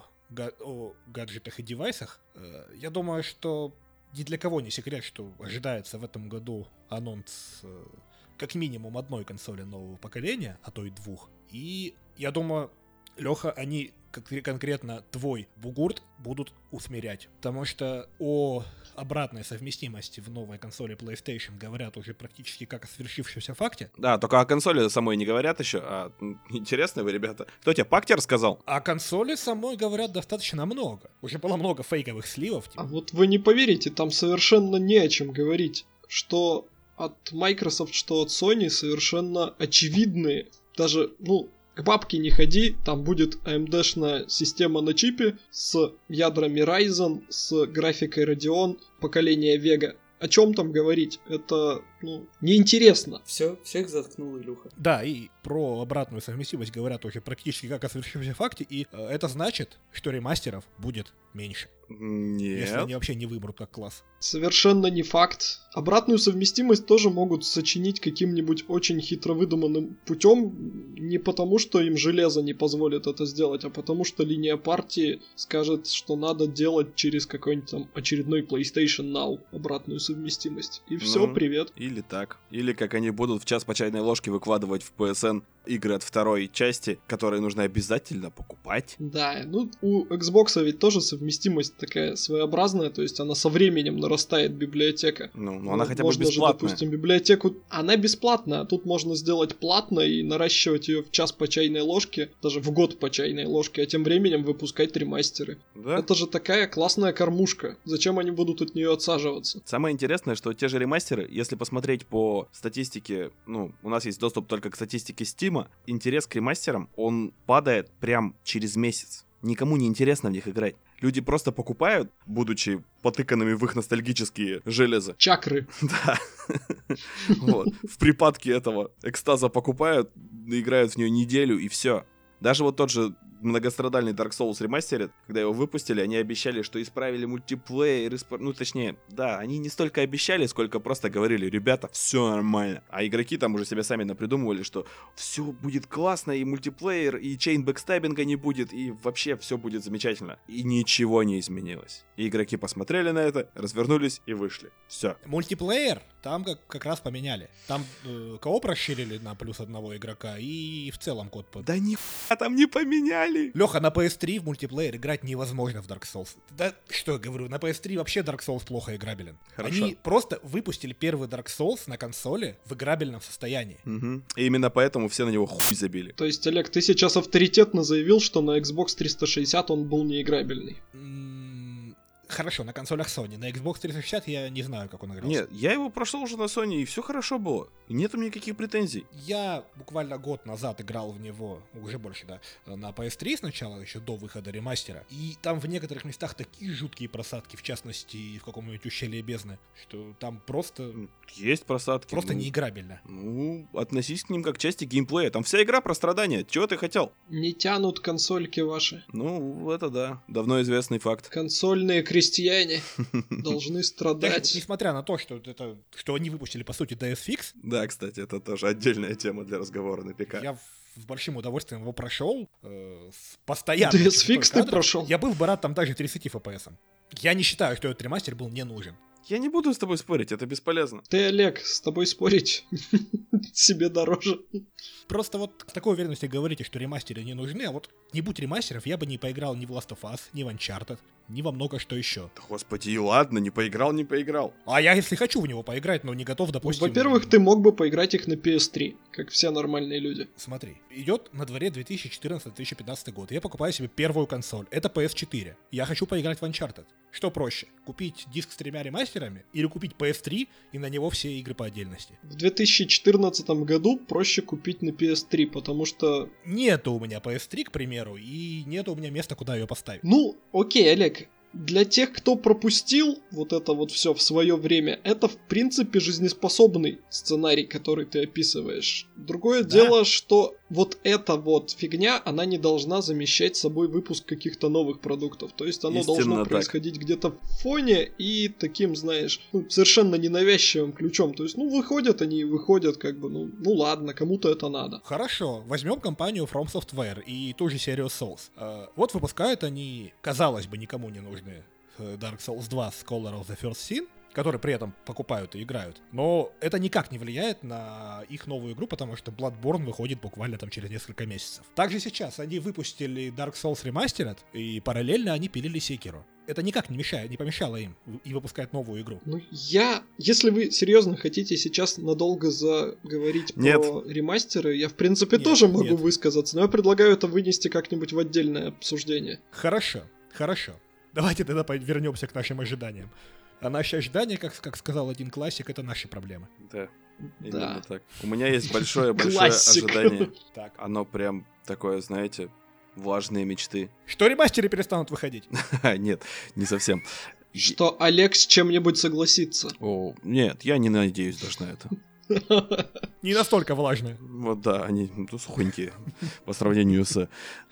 гаджетах и девайсах. Я думаю, что ни для кого не секрет, что ожидается в этом году анонс как минимум одной консоли нового поколения, а то и двух. И я думаю, Леха, они конкретно твой бугурт будут усмирять. Потому что о обратной совместимости в новой консоли PlayStation говорят уже практически как о свершившемся факте. Да, только о консоли самой не говорят еще. А интересно вы, ребята. Кто тебе, Пактер сказал? О консоли самой говорят достаточно много. Уже было много фейковых сливов. А вот вы не поверите, там совершенно не о чем говорить. Что от Microsoft, что от Sony совершенно очевидные. Даже, к бабке не ходи, там будет AMD-шная система на чипе с ядрами Ryzen, с графикой Radeon, поколения Vega. О чем там говорить? Это, неинтересно. Все, всех заткнул Илюха. Да, и про обратную совместимость говорят уже практически как о совершившемся факте, и это значит, что ремастеров будет меньше. Нет. Если они вообще не вымрут как класс. Совершенно не факт. Обратную совместимость тоже могут сочинить каким-нибудь очень хитро выдуманным путем, не потому что им железо не позволит это сделать, а потому что линия партии скажет, что надо делать через какой-нибудь там очередной PlayStation Now обратную совместимость. И все, привет. Или так. Или как они будут в час по чайной ложке выкладывать в PSN игры от второй части, которые нужно обязательно покупать. Да, у Xbox ведь тоже совместимость такая своеобразная, то есть она со временем нарастает, библиотека. Она хотя бы можно бесплатная. Же, допустим, библиотеку... Она бесплатная, а тут можно сделать платно и наращивать ее в час по чайной ложке, даже в год по чайной ложке, а тем временем выпускать ремастеры. Да? Это же такая классная кормушка. Зачем они будут от нее отсаживаться? Самое интересное, что те же ремастеры, если посмотреть по статистике, у нас есть доступ только к статистике Steam, интерес к ремастерам, он падает прям через месяц. Никому не интересно в них играть. Люди просто покупают, будучи потыканными в их ностальгические железа. Чакры. Да. Вот. В припадке этого экстаза покупают, играют в нее неделю и все. Даже вот тот же многострадальный Dark Souls Remastered, когда его выпустили, они обещали, что исправили мультиплеер, ну точнее, да, они не столько обещали, сколько просто говорили, ребята, все нормально. А игроки там уже себя сами напридумывали, что все будет классно, и мультиплеер, и чейн бэкстабинга не будет, и вообще все будет замечательно. И ничего не изменилось. И игроки посмотрели на это, развернулись и вышли. Все. Мультиплеер там как раз поменяли. Там кооп расширили на плюс одного игрока, и в целом код под... Да нихуя там не поменяли! Леха, на PS3 в мультиплеер играть невозможно в Dark Souls. Да что я говорю, на PS3 вообще Dark Souls плохо играбелен. Хорошо. Они просто выпустили первый Dark Souls на консоли в играбельном состоянии. Угу. И именно поэтому все на него хуй забили. То есть, Олег, ты сейчас авторитетно заявил, что на Xbox 360 он был неиграбельный. Хорошо, на консолях Sony. На Xbox 360 я не знаю, как он игрался. Нет, я его прошел уже на Sony, и все хорошо было. И нету никаких претензий. Я буквально год назад играл в него, уже больше, да, на PS3 сначала, еще до выхода ремастера. И там в некоторых местах такие жуткие просадки, в частности, в каком-нибудь ущелье бездны, что там просто... Есть просадки. Просто неиграбельно. Ну, относись к ним как к части геймплея. Там вся игра про страдания. Чего ты хотел? Не тянут консольки ваши. Ну, это да. Давно известный факт. Консольные крестьяне должны страдать. Несмотря на то, что они выпустили, по сути, DS Fix. Да, кстати, это тоже отдельная тема для разговора на ПК. Я с большим удовольствием его прошел. Постоянно. DS Fix ты прошел? Я был бы рад там даже 30 FPS. Я не считаю, что этот ремастер был не нужен. Я не буду с тобой спорить, это бесполезно. Ты, Олег, с тобой спорить себе дороже. Просто вот с такой уверенностью говорите, что ремастеры не нужны, а вот не будь ремастеров, я бы не поиграл ни в Last of Us, ни в Uncharted, ни во много что еще. Да, господи, и ладно, не поиграл. А я, если хочу в него поиграть, но не готов, допустим... Во-первых, ты мог бы поиграть их на PS3, как все нормальные люди. Смотри, идет на дворе 2014-2015 год, я покупаю себе первую консоль, это PS4. Я хочу поиграть в Uncharted. Что проще, купить диск с 3 ремастерами или купить PS3 и на него все игры по отдельности? В 2014 году проще купить на PS3, потому что... Нету у меня PS3, к примеру, и нету у меня места, куда ее поставить. Ну, окей, Олег, для тех, кто пропустил вот это вот все в свое время, это в принципе жизнеспособный сценарий, который ты описываешь. Другое дело, что вот эта вот фигня, она не должна замещать собой выпуск каких-то новых продуктов. То есть оно должно происходить где-то в фоне и таким, знаешь, совершенно ненавязчивым ключом. То есть, выходят они и выходят, как бы, ну ладно, кому-то это надо. Хорошо, возьмем компанию From Software и ту же серию Souls. Вот выпускают они, казалось бы, никому не нужные Dark Souls 2 Scholar of the First Sin, которые при этом покупают и играют. Но это никак не влияет на их новую игру, потому что Bloodborne выходит буквально там через несколько месяцев. Также сейчас они выпустили Dark Souls Remastered, и параллельно они пилили Sekiro. Это никак не помешало им и выпускать новую игру. Если вы серьезно хотите сейчас надолго заговорить про ремастеры, я в принципе тоже могу высказаться, но я предлагаю это вынести как-нибудь в отдельное обсуждение. Хорошо. Давайте тогда вернемся к нашим ожиданиям. А наши ожидания, как сказал один классик, это наши проблемы. Да, именно так. У меня есть большое ожидание. Так. Оно прям такое, знаете, влажные мечты. Что ремастеры перестанут выходить? Нет, не совсем. Что Олег с чем-нибудь согласится. Нет, я не надеюсь даже на это. Не настолько влажные. Вот да, они сухонькие по сравнению с...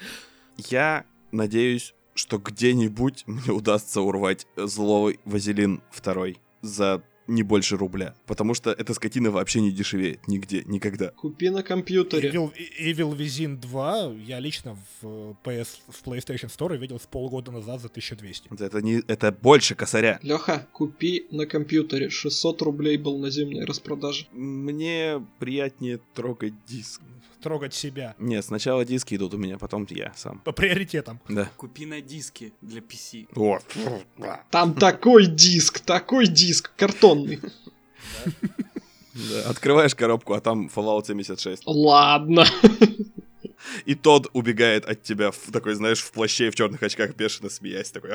Я надеюсь, что где-нибудь мне удастся урвать злой Вазелин 2 за не больше рубля. Потому что эта скотина вообще не дешевеет нигде, никогда. Купи на компьютере. Evil Within 2 я лично в PlayStation Store видел с полгода назад за 1200. Это больше косаря. Леха, купи на компьютере. 600 рублей был на зимней распродаже. Мне приятнее трогать диск. Трогать себя. Нет, сначала диски идут у меня, потом я сам. По приоритетам. Да. Купи на диске для PC. Там такой диск, картонный. Да, открываешь коробку, а там Fallout 76. Ладно. И Тодд убегает от тебя в такой, знаешь, в плаще и в черных очках, бешено смеясь, такой.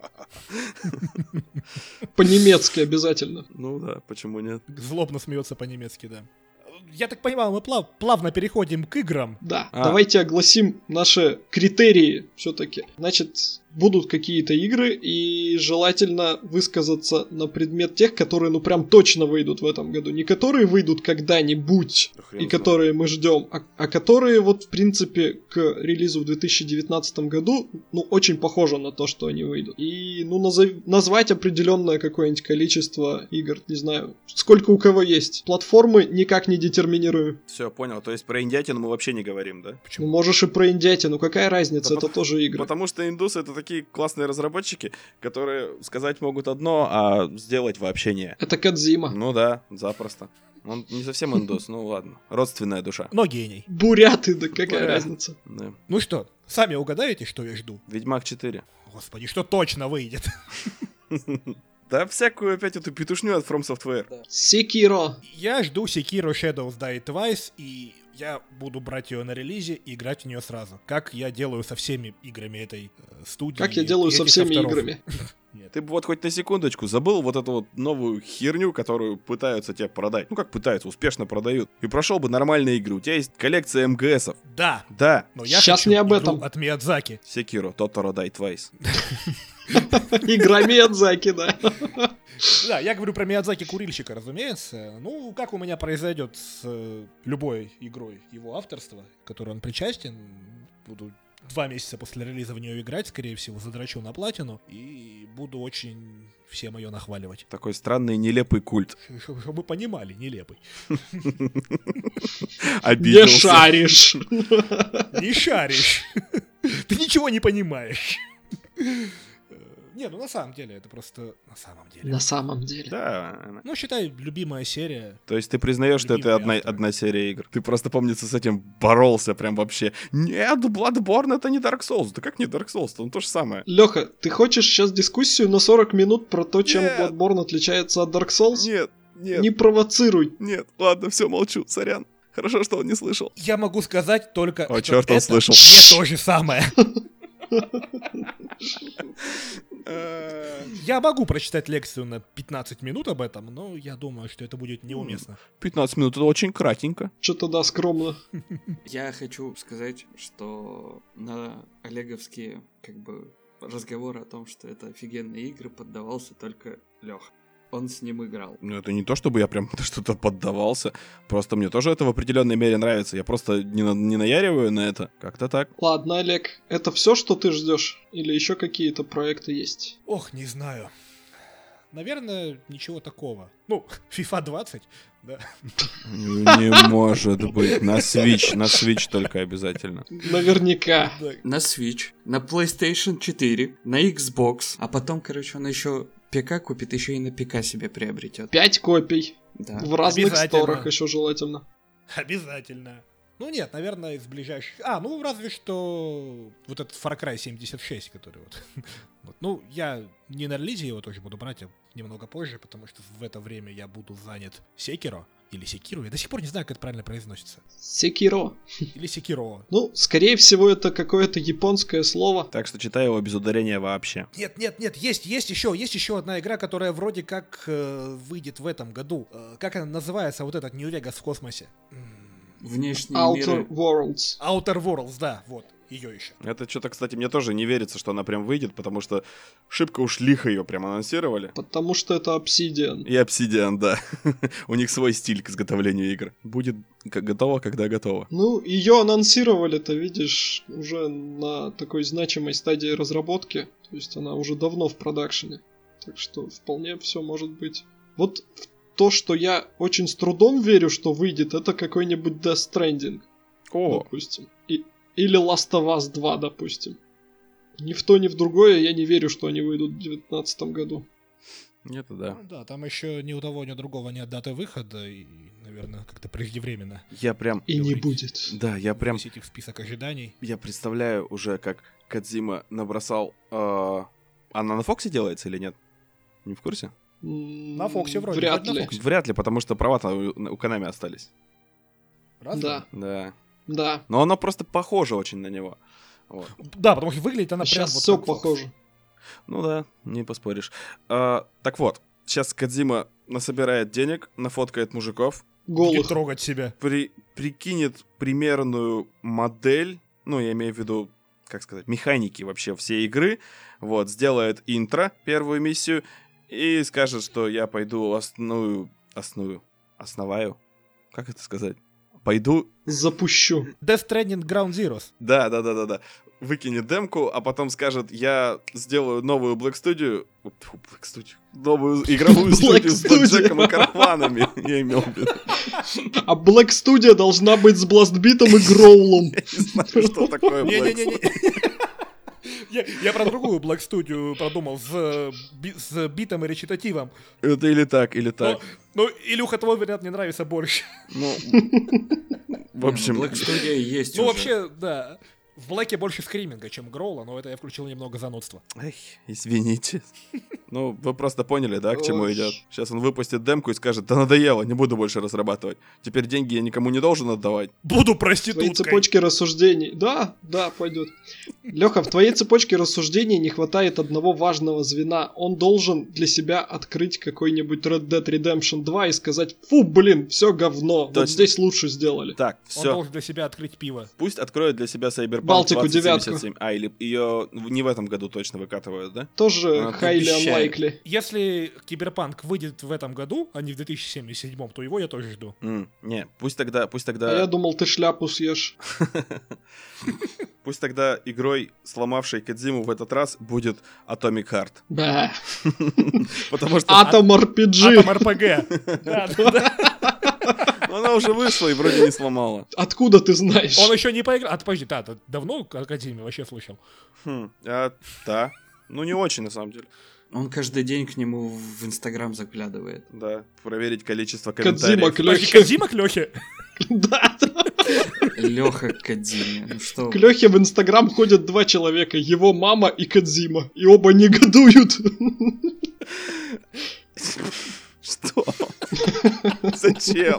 По-немецки обязательно. Ну да, почему нет? Злобно смеется по-немецки, да. Я так понимаю, мы плавно переходим к играм. Да, давайте огласим наши критерии все-таки. Значит, будут какие-то игры, и желательно высказаться на предмет тех, которые, ну, прям точно выйдут в этом году. Не которые выйдут когда-нибудь, и которые мы ждем, а которые, вот, в принципе, к релизу в 2019 году, ну, очень похоже на то, что они выйдут. И, ну, назвать определенное какое-нибудь количество игр, не знаю, сколько у кого есть. Платформы никак не детерминируем. Все, понял. То есть про индятину мы вообще не говорим, да? Почему? Ну, можешь и про индятину, какая разница, это тоже игры. Потому что индусы — это такие классные разработчики, которые сказать могут одно, а сделать вообще не. Это Кодзима. Ну да, запросто. Он не совсем индус, ну ладно. Родственная душа. Но гений. Буряты, да какая разница. Да. Ну что, сами угадаете, что я жду? Ведьмак 4. Господи, что точно выйдет? Да всякую опять эту петушню от From Software. Sekiro. Я жду Sekiro Shadows Die Twice, и я буду брать ее на релизе и играть в нее сразу. Как я делаю со всеми играми этой студии. Как я делаю со всеми играми. Нет. Ты бы вот хоть на секундочку забыл вот эту вот новую херню, которую пытаются тебе продать. Ну как пытаются, успешно продают. И прошел бы нормальные игры. У тебя есть коллекция МГСов. Да. Да. Но я сейчас хочу не об этом. От Миядзаки. Sekiro, Totoro Die Twice. Игра Миядзаки, да. Да, я говорю про Миядзаки-курильщика, разумеется. Ну, как у меня произойдет с любой игрой его авторства, к которой он причастен, буду 2 месяца после релиза в нее играть, скорее всего, задрачу на платину и буду очень всем ее нахваливать. Такой странный, нелепый культ. Чтобы вы понимали, нелепый. Не шаришь. Не шаришь. Ты ничего не понимаешь. Не, ну на самом деле, это просто на самом деле. На самом деле. Да. Ну, считай, любимая серия. То есть ты признаешь, что это одна серия игр? Ты просто, помнится, с этим боролся прям вообще. Нет, Bloodborne — это не Dark Souls. Да как не Dark Souls? Он то же самое. Леха, ты хочешь сейчас дискуссию на 40 минут про то, чем Bloodborne отличается от Dark Souls? Нет. Не провоцируй. Нет, ладно, все, молчу, сорян. Хорошо, что он не слышал. Я могу сказать только, О, что черт, он это слышал. не то же самое. Я могу прочитать лекцию на 15 минут об этом, но я думаю, что это будет неуместно. 15 минут — это очень кратенько. Что-то да, скромно. Я хочу сказать, что на олеговские разговоры о том, что это офигенные игры, поддавался только Леха. Он с ним играл. Ну, это не то, чтобы я прям что-то поддавался. Просто мне тоже это в определенной мере нравится. Я просто не наяриваю на это. Как-то так. Ладно, Олег, это все, что ты ждешь? Или еще какие-то проекты есть? Ох, не знаю. Наверное, ничего такого. Ну, FIFA 20, да. Не может быть. На Switch только обязательно. Наверняка. На Switch, на PlayStation 4, на Xbox, а потом, он еще ПК купит, еще и на ПК себе приобретет. 5 копий. Да. В разных сторах еще желательно. Обязательно. Ну нет, наверное, из ближайших... ну разве что вот этот Far Cry 76, который вот... Ну, я не на релизе его тоже буду брать, а немного позже, потому что в это время я буду занят Sekiro. Или Sekiro, я до сих пор не знаю, как это правильно произносится. Sekiro. Или Sekiro. Ну, скорее всего, это какое-то японское слово. Так что читай его без ударения вообще. Нет, есть еще одна игра, которая вроде как выйдет в этом году. Как она называется, вот этот New Vegas в космосе? Внешние Outer миры. Worlds. Outer Worlds, да, вот, ее еще. Это что-то, кстати, мне тоже не верится, что она прям выйдет, потому что шибко уж лихо ее прям анонсировали. Потому что это Obsidian. И Obsidian, да. У них свой стиль к изготовлению игр. Будет готово, когда готово. Ну, ее анонсировали-то, видишь, уже на такой значимой стадии разработки. То есть она уже давно в продакшене. Так что вполне все может быть. Вот то, что я очень с трудом верю, что выйдет, это какой-нибудь Death Stranding. Допустим. Или Last of Us 2, допустим. Ни в то, ни в другое я не верю, что они выйдут в 2019 году. Это да. Ну, да, там еще ни у того, ни у другого нет даты выхода, и, наверное, как-то преждевременно. Я прям... И не будет. Да, я прям... Вносить их в список ожиданий. Я представляю уже, как Кодзима набросал... Она на Фоксе делается или нет? Не в курсе? На Фоксе вроде. Вряд ли. Вряд ли, потому что права-то у Konami остались. Разве? Да. Да. Но оно просто похоже очень на него. Вот. Да, потому что выглядит она прям сейчас вот все как похоже. Ну да, не поспоришь. Так вот, сейчас Кодзима насобирает денег, нафоткает мужиков. Голых. Будет трогать себя. Прикинет примерную модель, ну, я имею в виду как сказать, механики вообще всей игры, вот, сделает интро, первую миссию, и скажет, что я пойду основаю, как это сказать? Пойду... Запущу. Death Stranding Ground Zeroes. Да. Выкинет демку, а потом скажет, я сделаю новую Black Studio, новую игровую студию с блэкджеком и караванами, я имел в виду. А Black Studio должна быть с бластбитом и гроулом. Я не знаю, что такое Black Studio. Я про другую Black Studio продумал, с битом и речитативом. Это или так. Ну, Илюха, твой вариант мне нравится больше. Ну, в общем... Black Studio есть Ну, уже. вообще, да. В Блэке больше скриминга, чем гроула, но это я включил немного занудства. Эх, извините. Ну, вы просто поняли, да, к чему Ой. идет. Сейчас он выпустит демку и скажет, да надоело, не буду больше разрабатывать. Теперь деньги я никому не должен отдавать. Буду В твоей проституткой. цепочке рассуждений. Да, пойдет. Леха, в твоей цепочке рассуждений не хватает одного важного звена. Он должен для себя открыть какой-нибудь Red Dead Redemption 2 и сказать: фу, блин, все говно. Точно. Вот здесь лучше сделали. Так, Он все. должен для себя открыть пиво. Пусть откроют для себя Cyberpunk Балтику 2077. А, или ее не в этом году точно выкатывают, да? Тоже highly обещают. unlikely. Если Киберпанк выйдет в этом году, а не в 2077, то его я тоже жду. Не, пусть тогда... А я думал, ты шляпу съешь. Пусть тогда игрой, сломавшей Кодзиму в этот раз, будет Atomic Heart. Бэ. Потому что Атом RPG. Атом РПГ. Да. она уже вышла и вроде не сломала. Откуда ты знаешь? Он еще не поиграл. Подожди, ты давно Академию вообще слышал? Да. Ну, не очень, на самом деле. Он каждый день к нему в Инстаграм заглядывает. Да, проверить количество Кодзима комментариев. к Подожди, Лёхе. Кодзима к Лёхе? Да. Леха Кодзиме. Ну что К вы. Лёхе в Инстаграм ходят два человека. Его мама и Кодзима. И оба негодуют. Что? Зачем?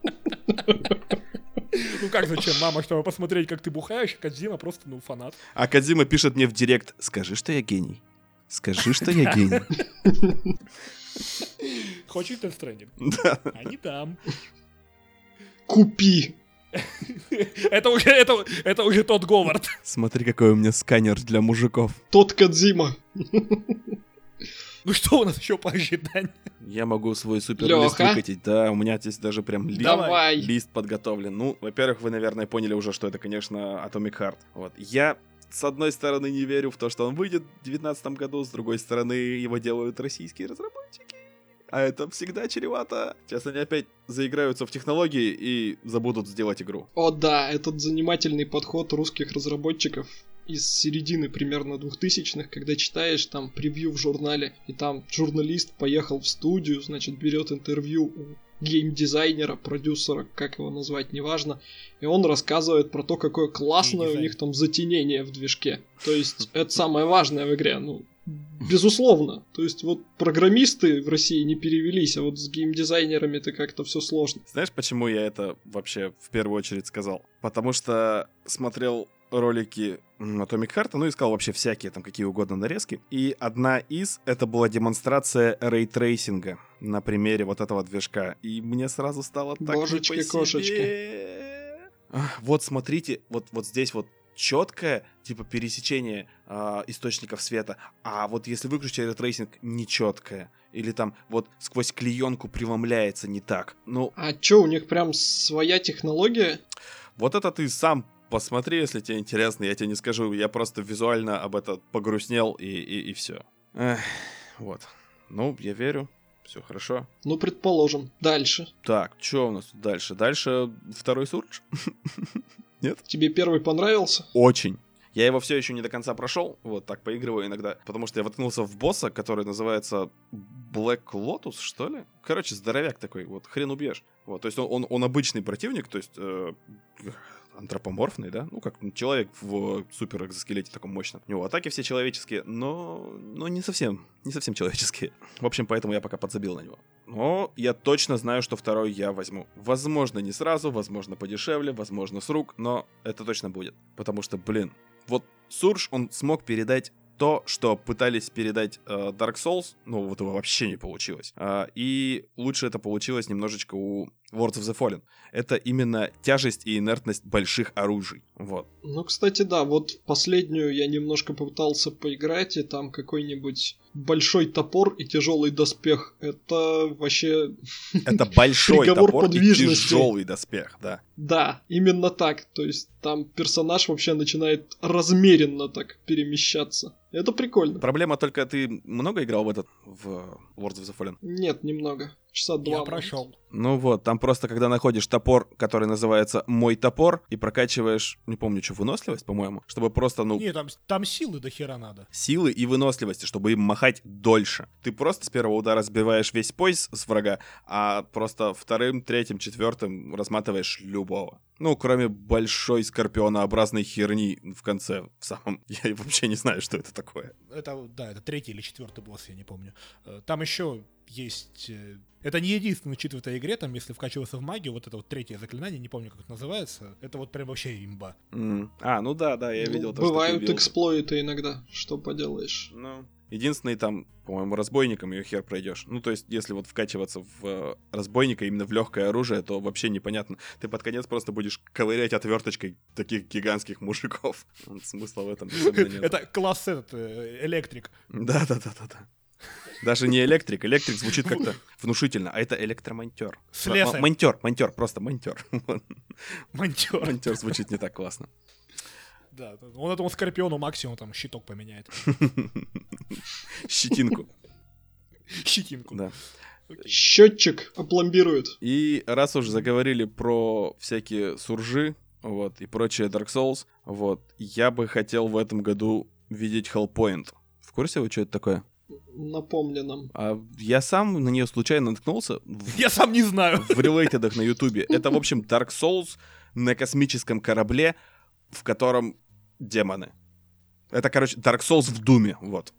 Ну как зачем? Мама, чтобы посмотреть, как ты бухаешь, а Кодзима просто, фанат. А Кодзима пишет мне в директ: скажи, что я гений. Скажи, что я гений. Хочешь Death Stranding? Да. А не там. Купи. Это уже тот Говард. Смотри, какой у меня сканер для мужиков. Тот Кодзима. Ну что у нас еще по ожиданию? Я могу свой суперлист Лёха? выкатить. Да, у меня здесь даже прям Давай. лист подготовлен. Ну, во-первых, вы, наверное, поняли уже, что это, конечно, Atomic Heart. Вот. Я, с одной стороны, не верю в то, что он выйдет в 2019 году, с другой стороны, его делают российские разработчики. А это всегда чревато. Сейчас они опять заиграются в технологии и забудут сделать игру. О да, этот занимательный подход русских разработчиков из середины примерно 2000-х, когда читаешь там превью в журнале, и там журналист поехал в студию, значит, берет интервью у геймдизайнера, продюсера, как его назвать, неважно, и он рассказывает про то, какое классное у них там затенение в движке. То есть это самое важное в игре, безусловно. То есть вот программисты в России не перевелись, а вот с геймдизайнерами-то как-то все сложно. Знаешь, почему я это вообще в первую очередь сказал? Потому что смотрел ролики Atomic Heart, искал вообще всякие там какие угодно нарезки. И одна из, это была демонстрация рейтрейсинга на примере вот этого движка. И мне сразу стало так Божечки, не по кошечки. себе. Вот смотрите, вот здесь вот четкое, типа, пересечение источников света, а вот если выключить рейтрейсинг, нечеткое. Или там вот сквозь клеенку преломляется не так. А чё, у них прям своя технология? Вот это ты сам посмотри, если тебе интересно, я тебе не скажу, я просто визуально об этом погрустнел и все. Вот. Я верю, все хорошо. Предположим. Дальше. Так, что у нас тут дальше? Дальше второй Сурдж? Нет? Тебе первый понравился? Очень. Я его все еще не до конца прошел, вот так поигрываю иногда, потому что я воткнулся в босса, который называется Black Lotus, что ли? Короче, здоровяк такой, вот хрен убьешь. Вот, то есть он обычный противник, то есть антропоморфный, да? Как человек в супер экзоскелете таком мощном. У него атаки все человеческие, но не совсем человеческие. В общем, поэтому я пока подзабил на него. Но я точно знаю, что второй я возьму. Возможно, не сразу, возможно, подешевле, возможно, с рук, но это точно будет. Потому что, вот Сурж, он смог передать то, что пытались передать Dark Souls, вот его вообще не получилось. И лучше это получилось немножечко у World of the Fallen. Это именно тяжесть и инертность больших оружий. Вот. Ну, кстати, да, вот в последнюю я немножко попытался поиграть, и там какой-нибудь большой топор и тяжелый доспех. Это вообще... Это большой топор и подвижности. тяжелый доспех, да. Да, именно так. То есть там персонаж вообще начинает размеренно так перемещаться. Это прикольно. Проблема только, ты много играл в World of the Fallen? Нет, немного. Часа 2. Я прошел. Ну вот, там просто, когда находишь топор, который называется «Мой топор», и прокачиваешь, не помню, что, выносливость, по-моему, чтобы просто, Не, там силы до хера надо. силы и выносливости, чтобы им махать дольше. Ты просто с первого удара сбиваешь весь пояс с врага, а просто вторым, третьим, четвертым разматываешь любого. Ну, кроме большой скорпионообразной херни в конце, в самом... Я вообще не знаю, что это такое. Это 3-й или 4-й босс, я не помню. Там еще есть... Это не единственный чит в этой игре, там, если вкачиваться в магию, вот это вот 3-е заклинание, не помню, как это называется, это вот прям вообще имба. Ну да, я видел то, бывают что ты эксплойты иногда, что поделаешь. Ну, единственный там, по-моему, разбойником ее хер пройдешь. Ну, то есть, если вот вкачиваться в разбойника именно в легкое оружие, то вообще непонятно. Ты под конец просто будешь ковырять отверточкой таких гигантских мужиков. Смысла в этом нет. Это класс этот, электрик. Да. Даже не электрик. Электрик звучит как-то внушительно, а это электромонтер. Слесарь. Монтер, просто монтер. Монтер. Монтер звучит не так классно. Да, он этому Скорпиону максимум там щиток поменяет. Щетинку. Щетинку. Да. Счетчик опломбирует. И раз уж заговорили про всякие суржи, вот, и прочие Dark Souls, вот, я бы хотел в этом году видеть Hellpoint. В курсе вы, что это такое? Напомни нам. Я сам на нее случайно наткнулся. Я сам не знаю. В релейтедах на Ютубе. Это, в общем, Dark Souls на космическом корабле, в котором демоны. Это, короче, Dark Souls в Думе, вот.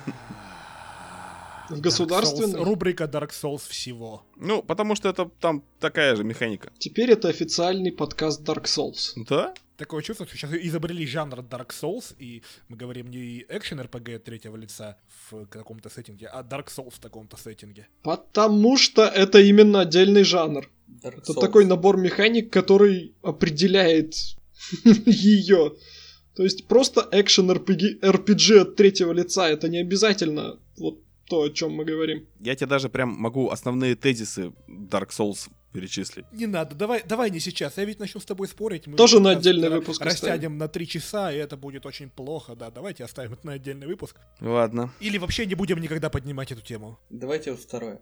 В государственной? Рубрика Dark Souls всего. Ну, потому что это там такая же механика. Теперь это официальный подкаст Dark Souls. Да? Такое чувство, что сейчас изобрели жанр Dark Souls, и мы говорим не экшен-РПГ третьего лица в каком-то сеттинге, а Dark Souls в таком-то сеттинге. Потому что это именно отдельный жанр. Dark Это Souls. такой набор механик, который определяет ее. То есть просто экшен-RPG от третьего лица. Это не обязательно вот то, о чем мы говорим. Я тебе даже прям могу основные тезисы Dark Souls перечислить. Не надо, давай не сейчас. Я ведь начну с тобой спорить. Мы Тоже на отдельный выпуск растянем на 3 часа, и это будет очень плохо. Да, давайте оставим это на отдельный выпуск. Ладно. Или вообще не будем никогда поднимать эту тему. Давайте вот второе.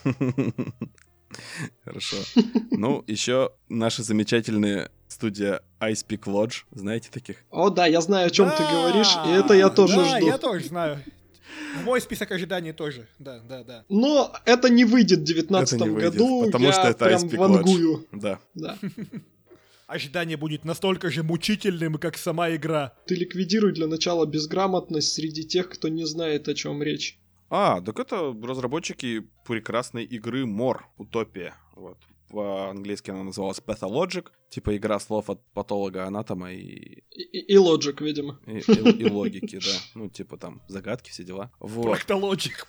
Хорошо. Ну, еще наша замечательная студия Ice Peak Lodge. Знаете таких? О, да, я знаю, о чем ты говоришь, и это я тоже да, жду. я тоже знаю. В мой список ожиданий тоже, да. Но это не выйдет в 2019 году, потому я что это прям Ice Peak вангую. Lodge. Да. Ожидание будет настолько же мучительным, как сама игра. Ты ликвидируй для начала безграмотность среди тех, кто не знает, о чем речь. Так это разработчики прекрасной игры More, Утопия. Вот. По-английски она называлась Pathologic, типа игра слов от патолога-анатома и Logic, видимо. И логики, да. Ну, типа там загадки, все дела. Вот. Проктологик.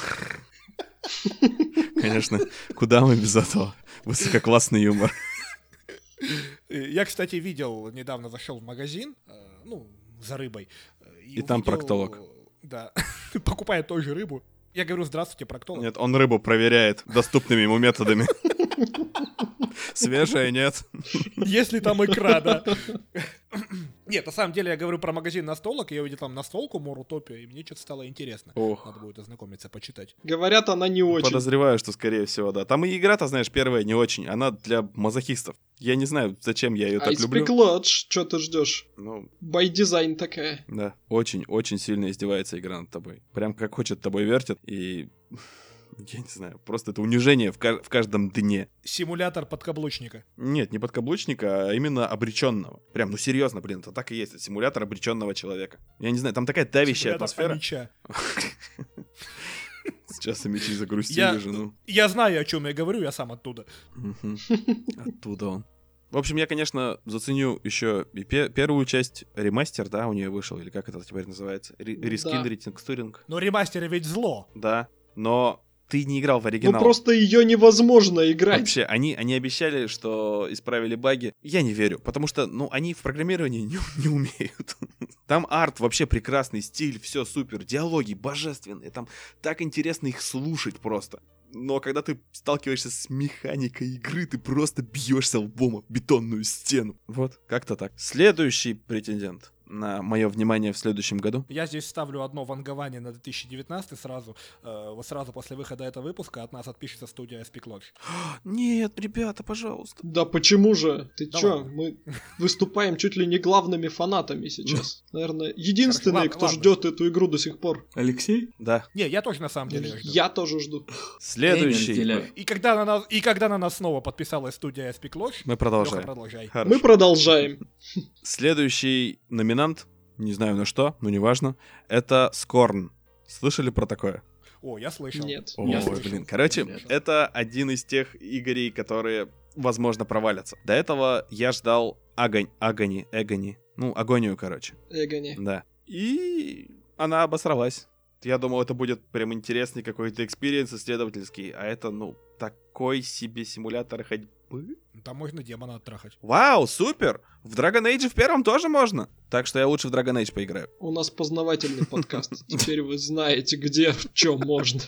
Конечно, куда мы без этого? Высококлассный юмор. Я, кстати, видел, недавно зашел в магазин, за рыбой. И там проктолог. Да, покупает той же рыбу. Я говорю, здравствуйте, проктолог. Нет, он рыбу проверяет доступными ему методами. Свежая, нет. Если там икра, да. Нет, на самом деле я говорю про магазин настолок, я увидел там настолку More Utopia, и мне что-то стало интересно. Ох. Надо будет ознакомиться, почитать. Говорят, она не очень. Подозреваю, что скорее всего, да. Там и игра-то, знаешь, первая не очень. Она для мазохистов. Я не знаю, зачем я ее так люблю. Ice Peak Lodge, что ты ждешь? Ну, By design такая. да, очень-очень сильно издевается игра над тобой. Прям как хочет тобой вертит, и... Я не знаю, просто это унижение в каждом дне. Симулятор подкаблучника. Нет, не подкаблучника, а именно обреченного. Прям, серьезно, блин, это так и есть. Это симулятор обреченного человека. Я не знаю, там такая давящая атмосфера. Меча. Сейчас и мечи загрустили же, ну. Я знаю, о чем я говорю, я сам оттуда. Оттуда он. В общем, я, конечно, заценю еще и первую часть, ремастер, да, у нее вышел, или как это теперь называется? Рескин, ретекстуринг. Но ремастеры ведь зло. Да, но ты не играл в оригинал. Ну просто ее невозможно играть. Вообще, они обещали, что исправили баги. Я не верю, потому что, они в программировании не умеют. Там арт вообще прекрасный, стиль, все супер, диалоги божественные, там так интересно их слушать просто. Но когда ты сталкиваешься с механикой игры, ты просто бьешься лбом об бетонную стену. Вот, как-то так. Следующий претендент на мое внимание в следующем году. Я здесь ставлю одно вангование на 2019 сразу. Вот сразу после выхода этого выпуска от нас отпишется студия Epic Lodge. Нет, ребята, пожалуйста. Да почему же? Ты Да чё? ладно. Мы выступаем чуть ли не главными фанатами сейчас. Наверное, единственные, Хорошо, кто ладно. ждет эту игру до сих пор. Алексей? Да. Не, я тоже на самом деле жду. Я тоже жду. Следующий. И когда на нас снова подписалась студия Epic Lodge, Мы Лёха, продолжаем. продолжай. Хорошо. Мы продолжаем. Следующий номинант, не знаю на что, но неважно, это Scorn. Слышали про такое? О, я слышал. Нет. Я Ой, слышал. блин. Короче, Слышал. это один из тех игрей, которые, возможно, провалятся. До этого я ждал Агони. Ну, Агонию, короче. Эгони. Да. И она обосралась. Я думал, это будет прям интересный какой-то экспириенс исследовательский, а это, такой себе симулятор ходьбы. Там можно демона оттрахать. Вау, супер! В Dragon Age в первом тоже можно. Так что я лучше в Dragon Age поиграю. У нас познавательный подкаст. Теперь вы знаете, где, в чем можно.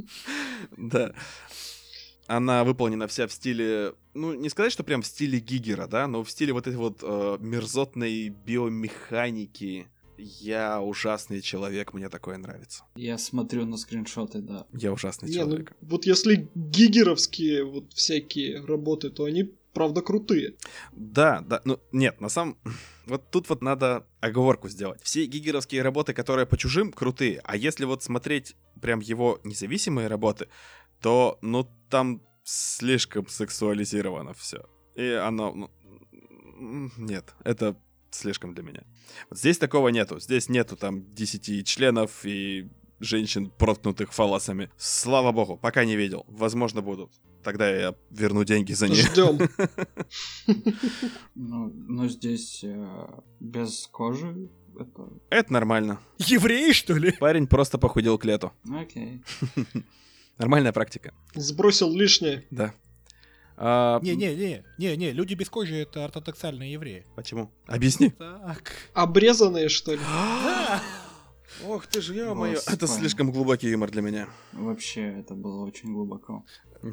Да. Она выполнена вся в стиле... не сказать, что прям в стиле Гигера, да, но в стиле вот этой вот мерзотной биомеханики. Я ужасный человек, мне такое нравится. Я смотрю на скриншоты, да. Я ужасный Не, ну человек. вот если гигеровские вот всякие работы, то они правда крутые. Да, нет, на самом... Вот тут вот надо оговорку сделать. Все гигеровские работы, которые по чужим, крутые. А если вот смотреть прям его независимые работы, то, там слишком сексуализировано все. И оно... Нет, это слишком для меня. Вот здесь такого нету. Здесь нету там 10 членов и женщин, проткнутых фаллосами. Слава богу, пока не видел. Возможно, будут. Тогда я верну деньги за них. Ждем. Но здесь без кожи это... Это нормально. Евреи, что ли? Парень просто похудел к лету. Окей. Нормальная практика. Сбросил лишнее. Да. Не, люди без кожи — это ортодоксальные евреи. Почему? Объясни. Так. Обрезанные, что ли? Ох ты ж, ё-моё. Господи. Это слишком глубокий юмор для меня. Вообще, это было очень глубоко.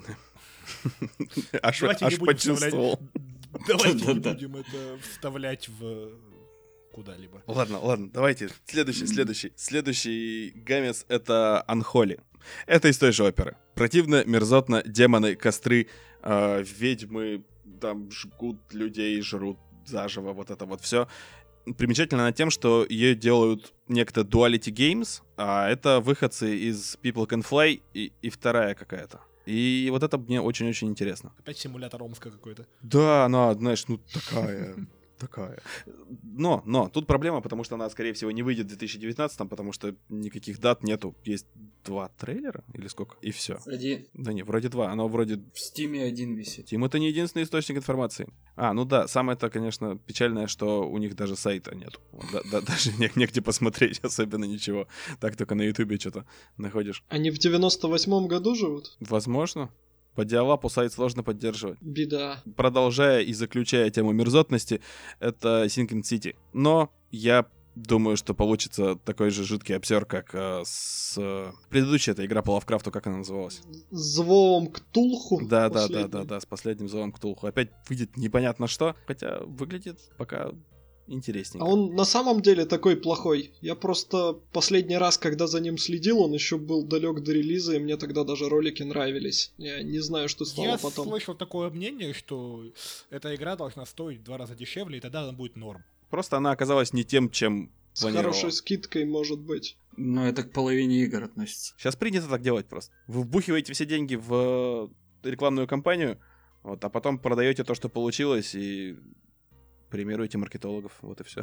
Аж Давайте не будем почувствовал. Давайте не Да-да-да. будем это вставлять в куда-либо. Ладно, давайте. Следующий гамес — это Анхоли. Это из той же оперы. Противно, мерзотно, демоны, костры, ведьмы там жгут людей, жрут заживо, вот это вот все. Примечательно она тем, что ее делают некто Duality Games, а это выходцы из People Can Fly и вторая какая-то. И вот это мне очень-очень интересно. Опять симулятор Омска какой-то. Да, она, знаешь, такая. Но тут проблема, потому что она, скорее всего, не выйдет в 2019, потому что никаких дат нету. Есть 2 трейлера или сколько? И все. Один. Да не, вроде 2. Оно вроде... В Стиме один висит. Steam — это не единственный источник информации. Да, самое-то, конечно, печальное, что у них даже сайта нет. Даже негде посмотреть особенно ничего. Так только на Ютубе что-то находишь. Они в 98-м году живут? Возможно. По диалапу сайт сложно поддерживать. Беда. Продолжая и заключая тему мерзотности, это Sinking City. Но я думаю, что получится такой же жидкий обсер, как с предыдущей эта игра по Лавкрафту, как она называлась? С Зовом Ктулху? Да, последний. с последним зовом Ктулху. Опять выйдет непонятно что, хотя выглядит пока интересненько. А он на самом деле такой плохой. Я просто последний раз, когда за ним следил, он еще был далек до релиза, и мне тогда даже ролики нравились. Я не знаю, что стало Я потом. слышал такое мнение, что эта игра должна стоить в 2 раза дешевле, и тогда она будет норм. Просто она оказалась не тем, чем С планировала. хорошей скидкой, может быть. Но это к половине игр относится. Сейчас принято так делать просто. Вы вбухиваете все деньги в рекламную кампанию, вот, а потом продаете то, что получилось, и премируете маркетологов. Вот и все.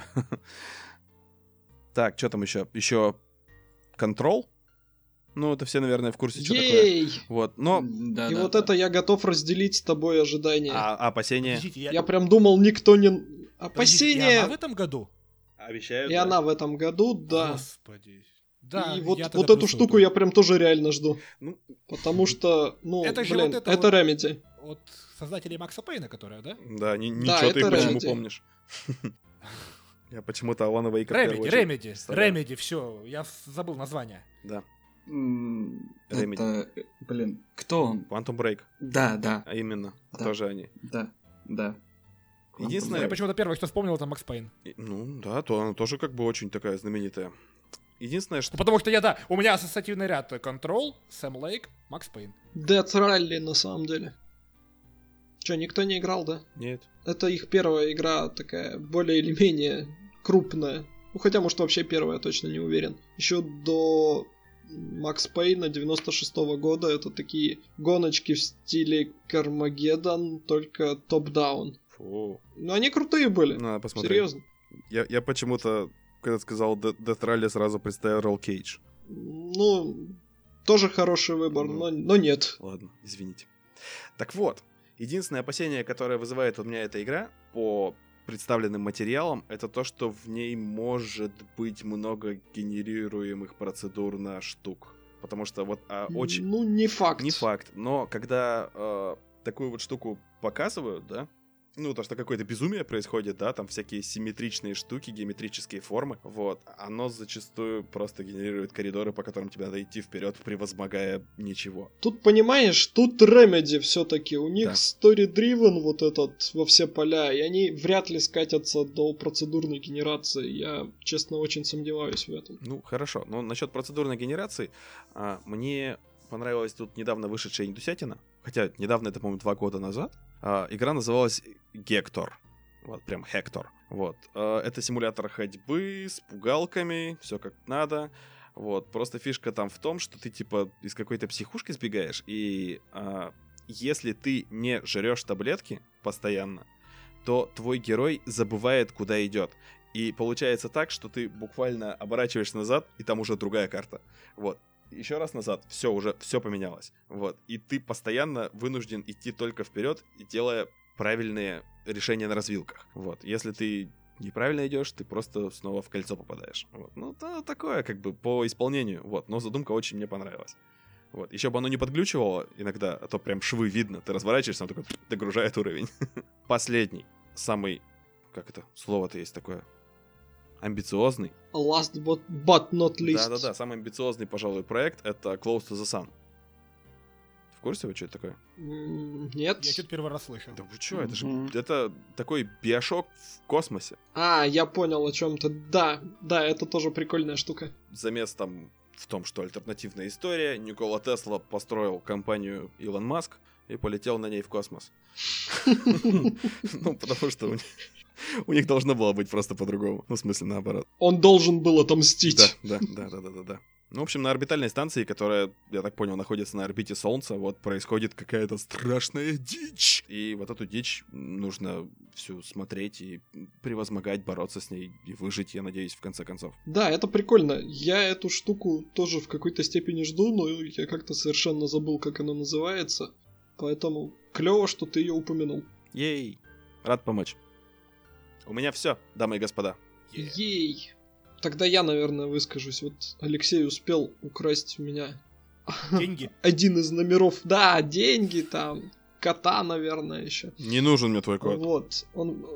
Так, что там еще? Еще Control? Ну, это все, наверное, в курсе, что такое. Ей! Вот, но... Да, И вот это я готов разделить с тобой ожидания. А опасения? Подождите, Я прям думал, никто не... Подождите, и Опасения! она в этом году? Обещают, И да? она в этом году, да. Господи. Да, и вот я тогда эту плюсую штуку тоже. я прям тоже реально жду. Ну, Потому что, Это же блин, вот это это вот- Remedy. От создателей Макса Пейна, которая, да? да, Да, ничего ты их это почему Remedy. помнишь? Я почему-то Алана Вейка в первую очередь Ремеди, представляю. Ремеди, все, я забыл название. Да, Это, блин, кто он? Quantum Break, Да, а именно, Да. тоже они. да. Единственное- Я почему-то первый, кто вспомнил, это Макс Пейн. Ну, да, то она тоже как бы очень такая знаменитая. Единственное, что... Ну, потому что у меня ассоциативный ряд Control, Сэм Лейк, Макс Пейн. Death Rally на самом деле. Че, никто не играл, да? Нет. Это их первая игра такая, более или менее крупная. Ну, хотя, может, вообще первая, точно не уверен. Еще до Макс Пейна 96-го года это такие гоночки в стиле Кармагеддон, только топ-даун. Фу. Но они крутые были. Надо посмотреть. Серьезно. Я почему-то, когда сказал Death Rally, сразу представил Roll Cage. Ну, тоже хороший выбор, Ну. но нет. Ладно, извините. Так вот, единственное опасение, которое вызывает у меня эта игра по представленным материалам, это то, что в ней может быть много генерируемых процедурно штук. Потому что вот очень... Ну, не факт. Не факт, но когда такую вот штуку показывают, да, ну, то, что какое-то безумие происходит, да, там всякие симметричные штуки, геометрические формы, вот, оно зачастую просто генерирует коридоры, по которым тебе надо идти вперед, превозмогая ничего. Тут, понимаешь, тут Remedy все-таки. У них Да. story-driven вот этот во все поля, и они вряд ли скатятся до процедурной генерации. Я, честно, очень сомневаюсь в этом. Ну, хорошо, но насчет процедурной генерации, мне понравилась тут недавно вышедшая индусятина, хотя недавно, это, по-моему, 2 года назад. Игра называлась Гектор. Вот, прям Хектор. Вот. Это симулятор ходьбы с пугалками, все как надо. Вот. Просто фишка там в том, что ты, типа, из какой-то психушки сбегаешь, и если ты не жрешь таблетки постоянно, то твой герой забывает, куда идет. И получается так, что ты буквально оборачиваешься назад, и там уже другая карта. Вот. Еще раз назад, все поменялось. Вот. И ты постоянно вынужден идти только вперед, делая правильные решения на развилках. Вот. Если ты неправильно идешь, ты просто снова в кольцо попадаешь. Вот. Ну, то такое, как бы, по исполнению. Вот. Но задумка очень мне понравилась. Вот. Еще бы оно не подглючивало иногда, а то прям швы видно. Ты разворачиваешься, он такой догружает уровень. Последний, самый, как это, слово-то есть такое, амбициозный. Last but not least. Да-да-да, самый амбициозный, пожалуй, проект — это Close to the Sun. В курсе вы, что это такое? Нет. Я что-то первый раз слышал. Да вы чё, это такой биошок в космосе. Я понял о чем-то. Да, это тоже прикольная штука. Замес там в том, что альтернативная история. Никола Тесла построил компанию Илон Маск и полетел на ней в космос. Ну, потому что у них должно было быть просто по-другому. Ну, в смысле, наоборот. Он должен был отомстить. Да. Ну, в общем, на орбитальной станции, которая, я так понял, находится на орбите Солнца, вот происходит какая-то страшная дичь. И вот эту дичь нужно всю смотреть и превозмогать, бороться с ней и выжить, я надеюсь, в конце концов. Да, это прикольно. Я эту штуку тоже в какой-то степени жду, но я как-то совершенно забыл, как она называется. Поэтому клево, что ты ее упомянул. Ей! Рад помочь. У меня все, дамы и господа. Ей! Тогда я, наверное, выскажусь. Вот Алексей успел украсть у меня Деньги. один из номеров. Да, деньги там, кота, наверное, еще. Не нужен мне твой код. Вот,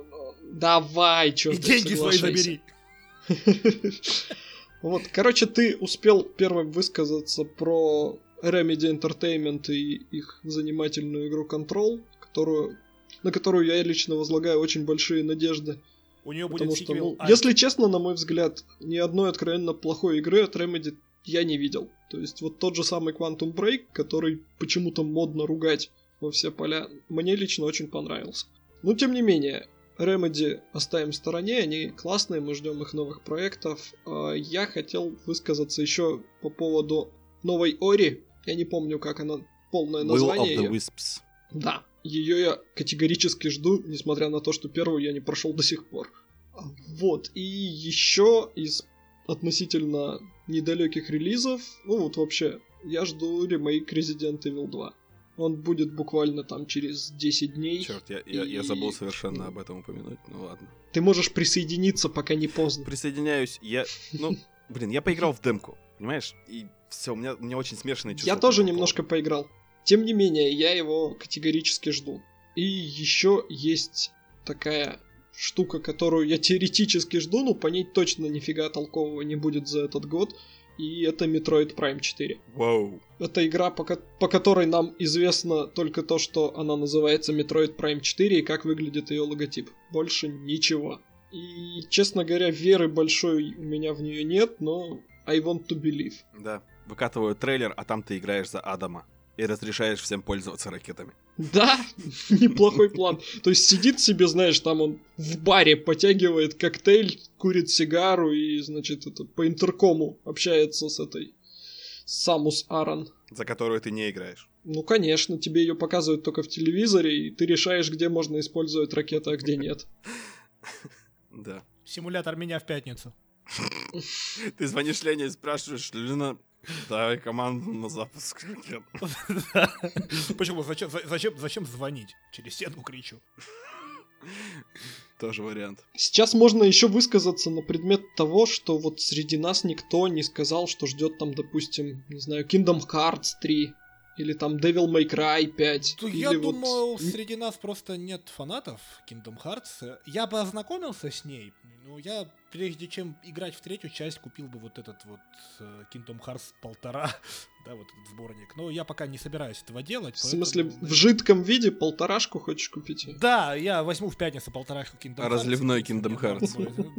давай, чё И ты, деньги свои соглашайся. забери. Вот, короче, ты успел первым высказаться про Remedy Entertainment и их занимательную игру Control, на которую я лично возлагаю очень большие надежды. У нее будет Потому что, сиквел. если честно, на мой взгляд, ни одной откровенно плохой игры от Remedy я не видел. То есть вот тот же самый Quantum Break, который почему-то модно ругать во все поля, мне лично очень понравился. Но тем не менее, Remedy оставим в стороне, они классные, мы ждем их новых проектов. Я хотел высказаться еще по поводу новой Ori. Я не помню, как она, полное название. Will of the Wisps. Да, ее я категорически жду, несмотря на то, что первую я не прошел до сих пор. Вот, и еще из относительно недалеких релизов, ну вот вообще, я жду ремейк Resident Evil 2. Он будет буквально там через 10 дней. Черт, я забыл совершенно об этом упомянуть, ну ладно. Ты можешь присоединиться, пока не поздно. Присоединяюсь, я поиграл в демку. Понимаешь? И все, у меня очень смешанные чувства. Я тоже немножко поиграл. Тем не менее, я его категорически жду. И еще есть такая штука, которую я теоретически жду, но по ней точно нифига толкового не будет за этот год. И это Metroid Prime 4. Вау. Это игра, по которой нам известно только то, что она называется Metroid Prime 4 и как выглядит ее логотип. Больше ничего. И, честно говоря, веры большой у меня в нее нет, но I want to believe. Да, выкатываю трейлер, а там ты играешь за Адама. И разрешаешь всем пользоваться ракетами. Да, неплохой план. То есть сидит себе, знаешь, там он в баре потягивает коктейль, курит сигару и, значит, это по интеркому общается с этой Самус Аран. За которую ты не играешь. Ну, конечно, тебе ее показывают только в телевизоре, и ты решаешь, где можно использовать ракеты, а где нет. Да. Симулятор меня в пятницу. Ты звонишь Лене и спрашиваешь: Лена, давай команду на запуск ракет. Почему? Зачем звонить? Через стенку кричу. Тоже вариант. Сейчас можно еще высказаться на предмет того, что вот среди нас никто не сказал, что ждет там, допустим, не знаю, Kingdom Hearts 3 или там Devil May Cry 5. Я думаю, среди нас просто нет фанатов Kingdom Hearts. Я бы ознакомился с ней, но я, прежде чем играть в третью часть, купил бы вот этот вот Kingdom Hearts 1.5, да, вот этот сборник. Но я пока не собираюсь этого делать. В смысле, в жидком виде 1.5 хочешь купить? Да, я возьму в пятницу 1.5 Kingdom Hearts. Разливной Kingdom Hearts.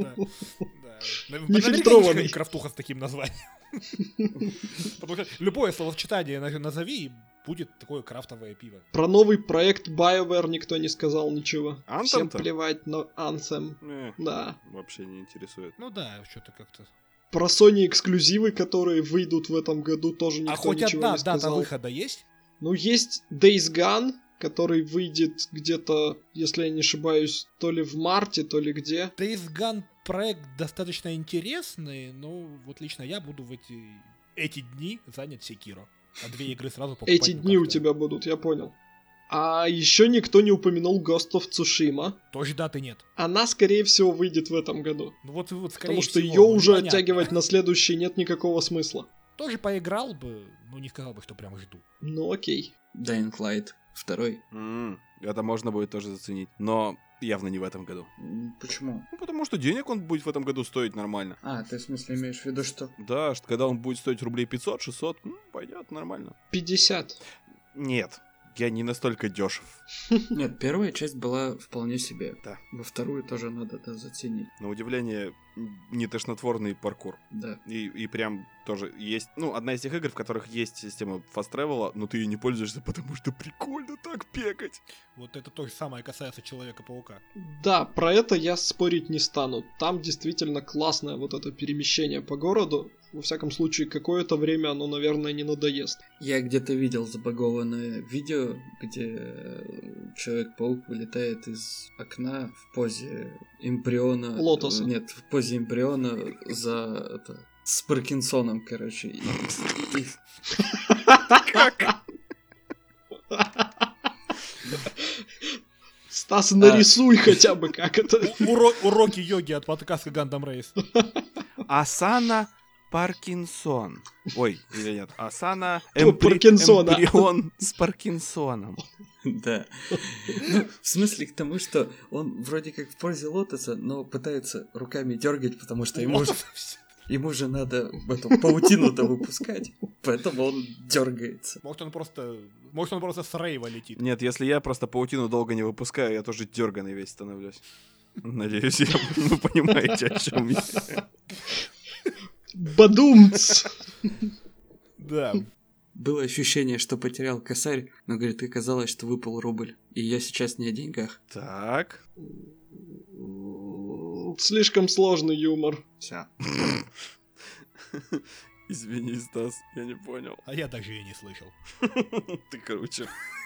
Нефильтрованный. Крафтуха с таким названием. Потому что любое словосочетание назови, и будет такое крафтовое пиво. Про новый проект BioWare никто не сказал ничего. Anthem-то? Всем плевать на Anthem. Да. Вообще не интересует. Ну да, что-то как-то. Про Sony эксклюзивы, которые выйдут в этом году, тоже никто хоть ничего одна не сказал. дата выхода есть? Ну, есть Days Gone, который выйдет где-то, если я не ошибаюсь, то ли в марте, то ли где. Days Gone проект достаточно интересный, но вот лично я буду в эти дни занят Sekiro. А 2 игры сразу покупать. Эти дни у тебя будут, я понял. А еще никто не упомянул Ghost of Tsushima. Тоже даты нет. Она, скорее всего, выйдет в этом году. Ну вот скорее потому что всего, ее уже непонятно. оттягивать на следующий нет никакого смысла. Тоже поиграл бы, но не сказал бы, что прям жду. Ну окей. Dying Light 2. Это можно будет тоже заценить. Но явно не в этом году. Почему? Ну, потому что денег он будет в этом году стоить нормально. А, ты в смысле имеешь в виду, что... Да, что когда он будет стоить рублей 500-600, пойдет нормально. 50. Нет, я не настолько дешев. Нет, первая часть была вполне себе. Да. Во вторую тоже надо заценить. На удивление, не тошнотворный паркур. Да. И прям тоже есть... Ну, одна из тех игр, в которых есть система фаст-тревела, но ты ее не пользуешься, потому что прикольно так бегать. Вот это то же самое касается Человека-паука. Да, про это я спорить не стану. Там действительно классное вот это перемещение по городу. Во всяком случае, какое-то время оно, наверное, не надоест. Я где-то видел забагованное видео, где Человек-паук вылетает из окна в позе эмбриона... Лотоса. Нет, в позе эмбриона с Паркинсоном, короче. Как? Стас, нарисуй хотя бы, как это. Уроки йоги от подкаста Gundam Race. Асана Паркинсон. Ой, или нет. Асана Паркинсона. эмбрион с Паркинсоном. Да. Ну, в смысле к тому, что он вроде как в позе лотоса, но пытается руками дергать, потому что ему же надо эту паутину-то выпускать, поэтому он дергается. Может, он просто с рейва летит. Нет, если я просто паутину долго не выпускаю, я тоже дерганый весь становлюсь. Надеюсь, вы понимаете, о чем я. Бадумц! Да. Было ощущение, что потерял косарь, но, говорит, оказалось, что выпал рубль. И я сейчас не о деньгах. Так. Слишком сложный юмор. Все. Извини, Стас, я не понял. А я даже и не слышал. Ты круче.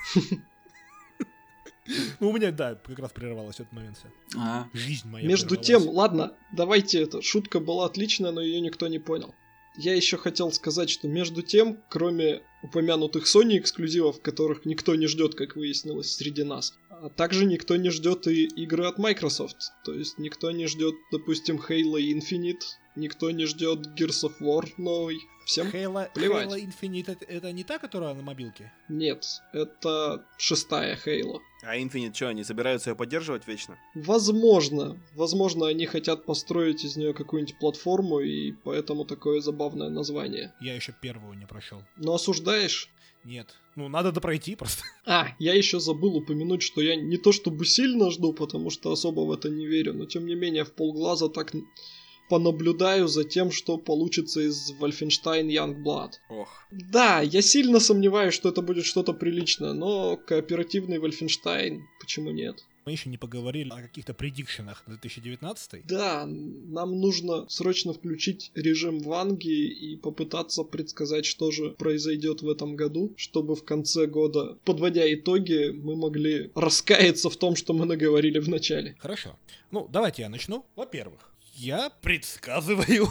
Ну, у меня, да, как раз прервалась в этот момент все. Жизнь моя Между прервалась. тем, ладно, давайте это. Шутка была отличная, но ее никто не понял. Я еще хотел сказать, что между тем, кроме упомянутых Sony эксклюзивов, которых никто не ждет, как выяснилось, среди нас, а также никто не ждет и игры от Microsoft. То есть никто не ждет, допустим, Halo Infinite никто не ждет Gears of War новый. Всем Halo плевать. Halo Infinite это не та, которая на мобилке? Нет, это 6-я Halo. А Infinite что, они собираются ее поддерживать вечно? Возможно, они хотят построить из нее какую-нибудь платформу, и поэтому такое забавное название. Я еще первую не прошел. Но осуждаешь? Нет. Ну, надо допройти просто. Я еще забыл упомянуть, что я не то чтобы сильно жду, потому что особо в это не верю, но тем не менее в полглаза так понаблюдаю за тем, что получится из Wolfenstein Youngblood. Ох. Да, я сильно сомневаюсь, что это будет что-то приличное, но кооперативный Wolfenstein, почему нет? Мы еще не поговорили о каких-то предикшенах 2019. Да, нам нужно срочно включить режим Ванги и попытаться предсказать, что же произойдет в этом году, чтобы в конце года, подводя итоги, мы могли раскаяться в том, что мы наговорили в начале. Хорошо. Ну, давайте я начну. Во-первых, я предсказываю...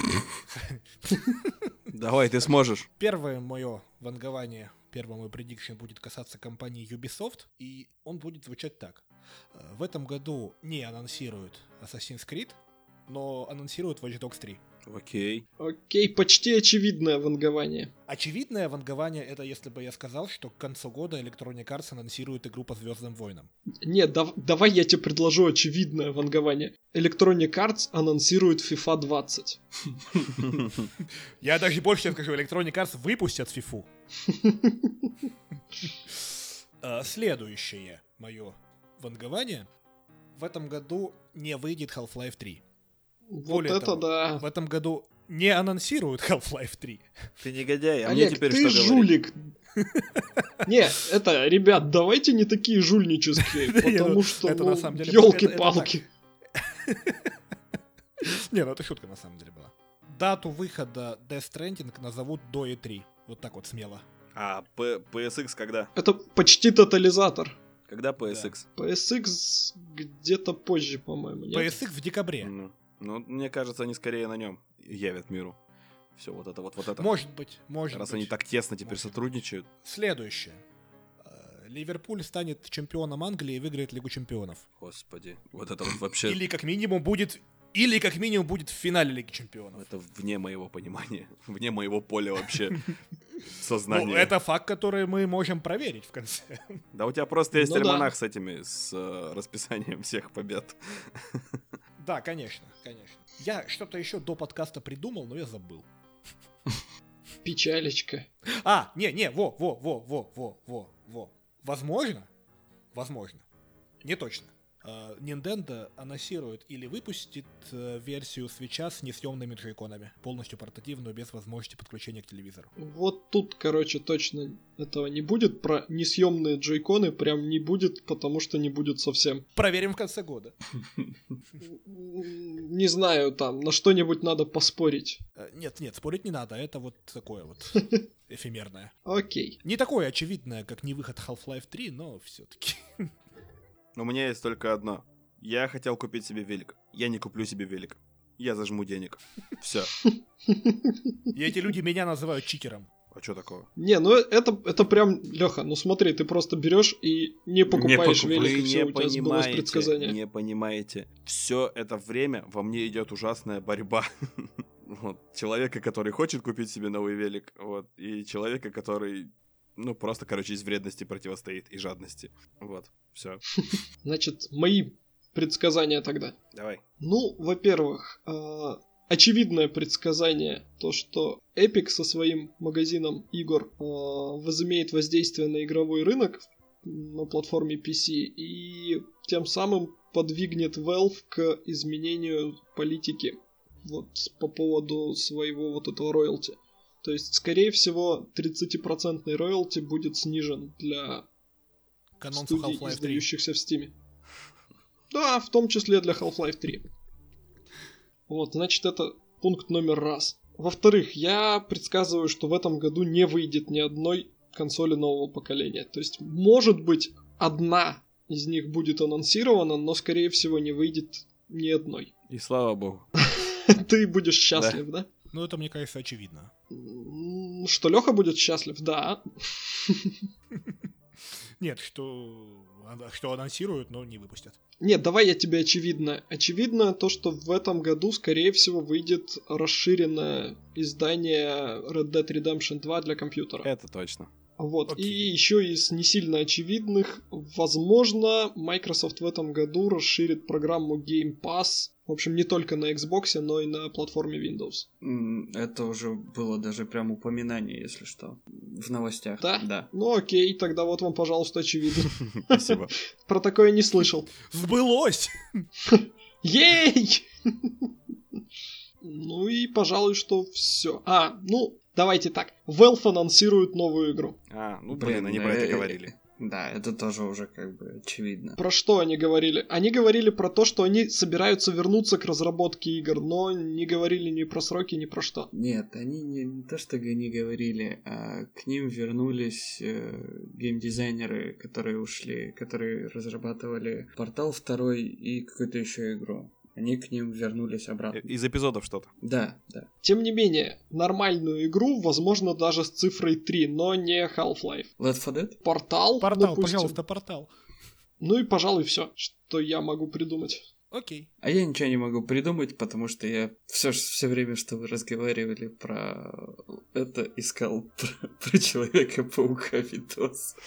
Давай, ты сможешь. Первое мое вангование, первый мой предикшн будет касаться компании Ubisoft, и он будет звучать так. В этом году не анонсируют Assassin's Creed, но анонсируют Watch Dogs 3. Окей. Окей, почти очевидное вангование. Очевидное вангование — это если бы я сказал, что к концу года Electronic Arts анонсирует игру по Звездным войнам. Нет, давай я тебе предложу очевидное вангование. Electronic Arts анонсирует FIFA 20. Я даже больше тебе скажу, Electronic Arts выпустят FIFA. Следующее мое вангование. В этом году не выйдет Half-Life 3. Вот Более это того, да. в этом году не анонсируют Half-Life 3. Ты негодяй, а Олег, мне теперь ты что жулик. Не, это, ребят, давайте не такие жульнические, потому что, это на самом деле ёлки-палки. Не, ну это шутка на самом деле была. Дату выхода Death Stranding назовут до E3. Вот так вот смело. А PSX когда? Это почти тотализатор. Когда PSX? PSX где-то позже, по-моему, нет? PSX в декабре. Ну, мне кажется, они скорее на нем явят миру. Все вот это. Может быть. Раз они так тесно теперь сотрудничают. Следующее. Ливерпуль станет чемпионом Англии и выиграет Лигу чемпионов. Господи, вот это вот вообще... Или как минимум будет в финале Лиги чемпионов. Это вне моего понимания, вне моего поля вообще сознания. Ну, это факт, который мы можем проверить в конце. Да у тебя просто есть Ну да. альманах с расписанием всех побед. Да, конечно. Я что-то еще до подкаста придумал, но я забыл. Печалечка. Во. Возможно. Не точно. Nintendo анонсирует или выпустит версию Switch'а с несъемными джойконами, полностью портативную, без возможности подключения к телевизору. Вот тут, короче, точно этого не будет. Про несъемные джойконы прям не будет, потому что не будет совсем. Проверим в конце года. Не знаю, там, на что-нибудь надо поспорить. Нет, спорить не надо, это вот такое вот эфемерное. Окей. Не такое очевидное, как не выход Half-Life 3, но все-таки. У меня есть только одно. Я хотел купить себе велик. Я не куплю себе велик. Я зажму денег. Все. И эти люди меня называют читером. А что такого? Не, ну это прям, Леха, ну смотри, ты просто берешь и не покупаешь велик, и все, у тебя сбылось предсказание. Не понимаете. Все это время во мне идет ужасная борьба. Вот. Человека, который хочет купить себе новый велик, вот, и человека, который, ну, просто, короче, из вредности противостоит и жадности. Вот, все. Значит, мои предсказания тогда. Давай. Ну, во-первых, очевидное предсказание, то, что Epic со своим магазином игр возымеет воздействие на игровой рынок на платформе PC и тем самым подвигнет Valve к изменению политики вот по поводу своего вот этого роялти. То есть, скорее всего, 30% роялти будет снижен для студий, издающихся в Steam. Да, в том числе для Half-Life 3. Вот, значит, это пункт номер раз. Во-вторых, я предсказываю, что в этом году не выйдет ни одной консоли нового поколения. То есть, может быть, одна из них будет анонсирована, но, скорее всего, не выйдет ни одной. И слава богу. Ты будешь счастлив, да? Ну, это, мне кажется, очевидно. Что Леха будет счастлив, да. Нет, что что анонсируют, но не выпустят. Нет, давай я тебе очевидно. Очевидно то, что в этом году, скорее всего, выйдет расширенное издание Red Dead Redemption 2 для компьютера. Это точно. Вот. Окей. И еще из не сильно очевидных, возможно, Microsoft в этом году расширит программу Game Pass. В общем, не только на Xbox, но и на платформе Windows. Это уже было даже прям упоминание, если что, в новостях. Да? Да. Ну окей, тогда вот вам, пожалуйста, очевидно. Спасибо. Про такое не слышал. Сбылось! Ей! Ну и, пожалуй, что все. Давайте так. Valve анонсирует новую игру. Блин, они про это говорили. Да, это тоже уже как бы очевидно. Про что они говорили? Они говорили про то, что они собираются вернуться к разработке игр, но не говорили ни про сроки, ни про что. Нет, они не то, что не говорили, а к ним вернулись геймдизайнеры, которые ушли, которые разрабатывали Портал 2 и какую-то еще игру. Они к ним вернулись обратно. Из эпизодов что-то. Да. Тем не менее, нормальную игру, возможно, даже с цифрой 3, но не Half-Life. Left 4 Dead? Портал, допустим. Пожалуйста, портал. Ну и, пожалуй, все, что я могу придумать. Окей. А я ничего не могу придумать, потому что я все время, что вы разговаривали про это, искал про Человека-паука видос.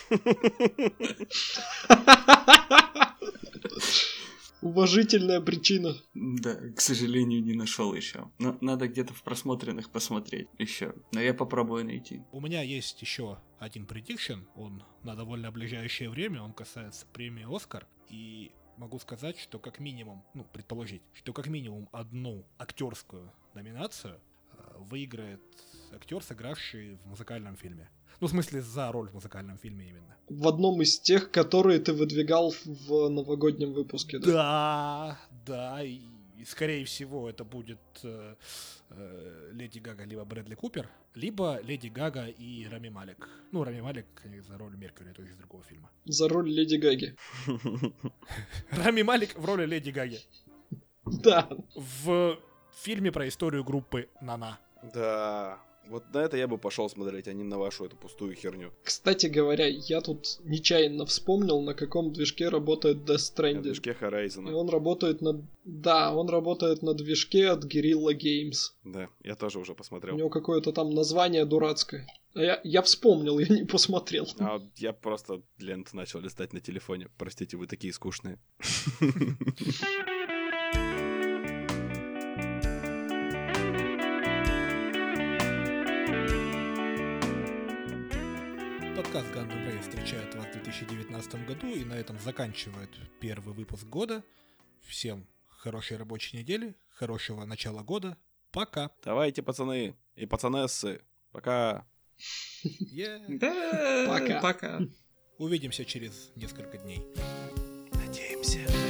Уважительная причина. Да, к сожалению, не нашел еще. Но надо где-то в просмотренных посмотреть еще. Но я попробую найти. У меня есть еще один предикшн, он на довольно ближайшее время, он касается премии «Оскар», и могу сказать, что как минимум, предположить, что как минимум одну актерскую номинацию выиграет актер, сыгравший в музыкальном фильме. В смысле, за роль в музыкальном фильме именно. В одном из тех, которые ты выдвигал в новогоднем выпуске, да? Да, и скорее всего это будет Леди Гага либо Брэдли Купер, либо Леди Гага и Рами Малек. Рами Малек, конечно, за роль Меркьюри, то есть из другого фильма. За роль Леди Гаги. Рами Малек в роли Леди Гаги. Да. В фильме про историю группы Нана. Да. Вот на это я бы пошел смотреть, а не на вашу эту пустую херню. Кстати говоря, я тут нечаянно вспомнил, на каком движке работает Death Stranding. На движке Horizon. И он работает на движке от Guerrilla Games. Да, я тоже уже посмотрел. У него какое-то там название дурацкое. Я вспомнил, я не посмотрел. А я просто ленту начал листать на телефоне. Простите, вы такие скучные. Подкаст Gundam Wave встречает вас в 2019 году и на этом заканчивает первый выпуск года. Всем хорошей рабочей недели, хорошего начала года. Пока. Давайте, пацаны и пацанессы. Пока. Пока. Пока. Увидимся через несколько дней. Надеемся.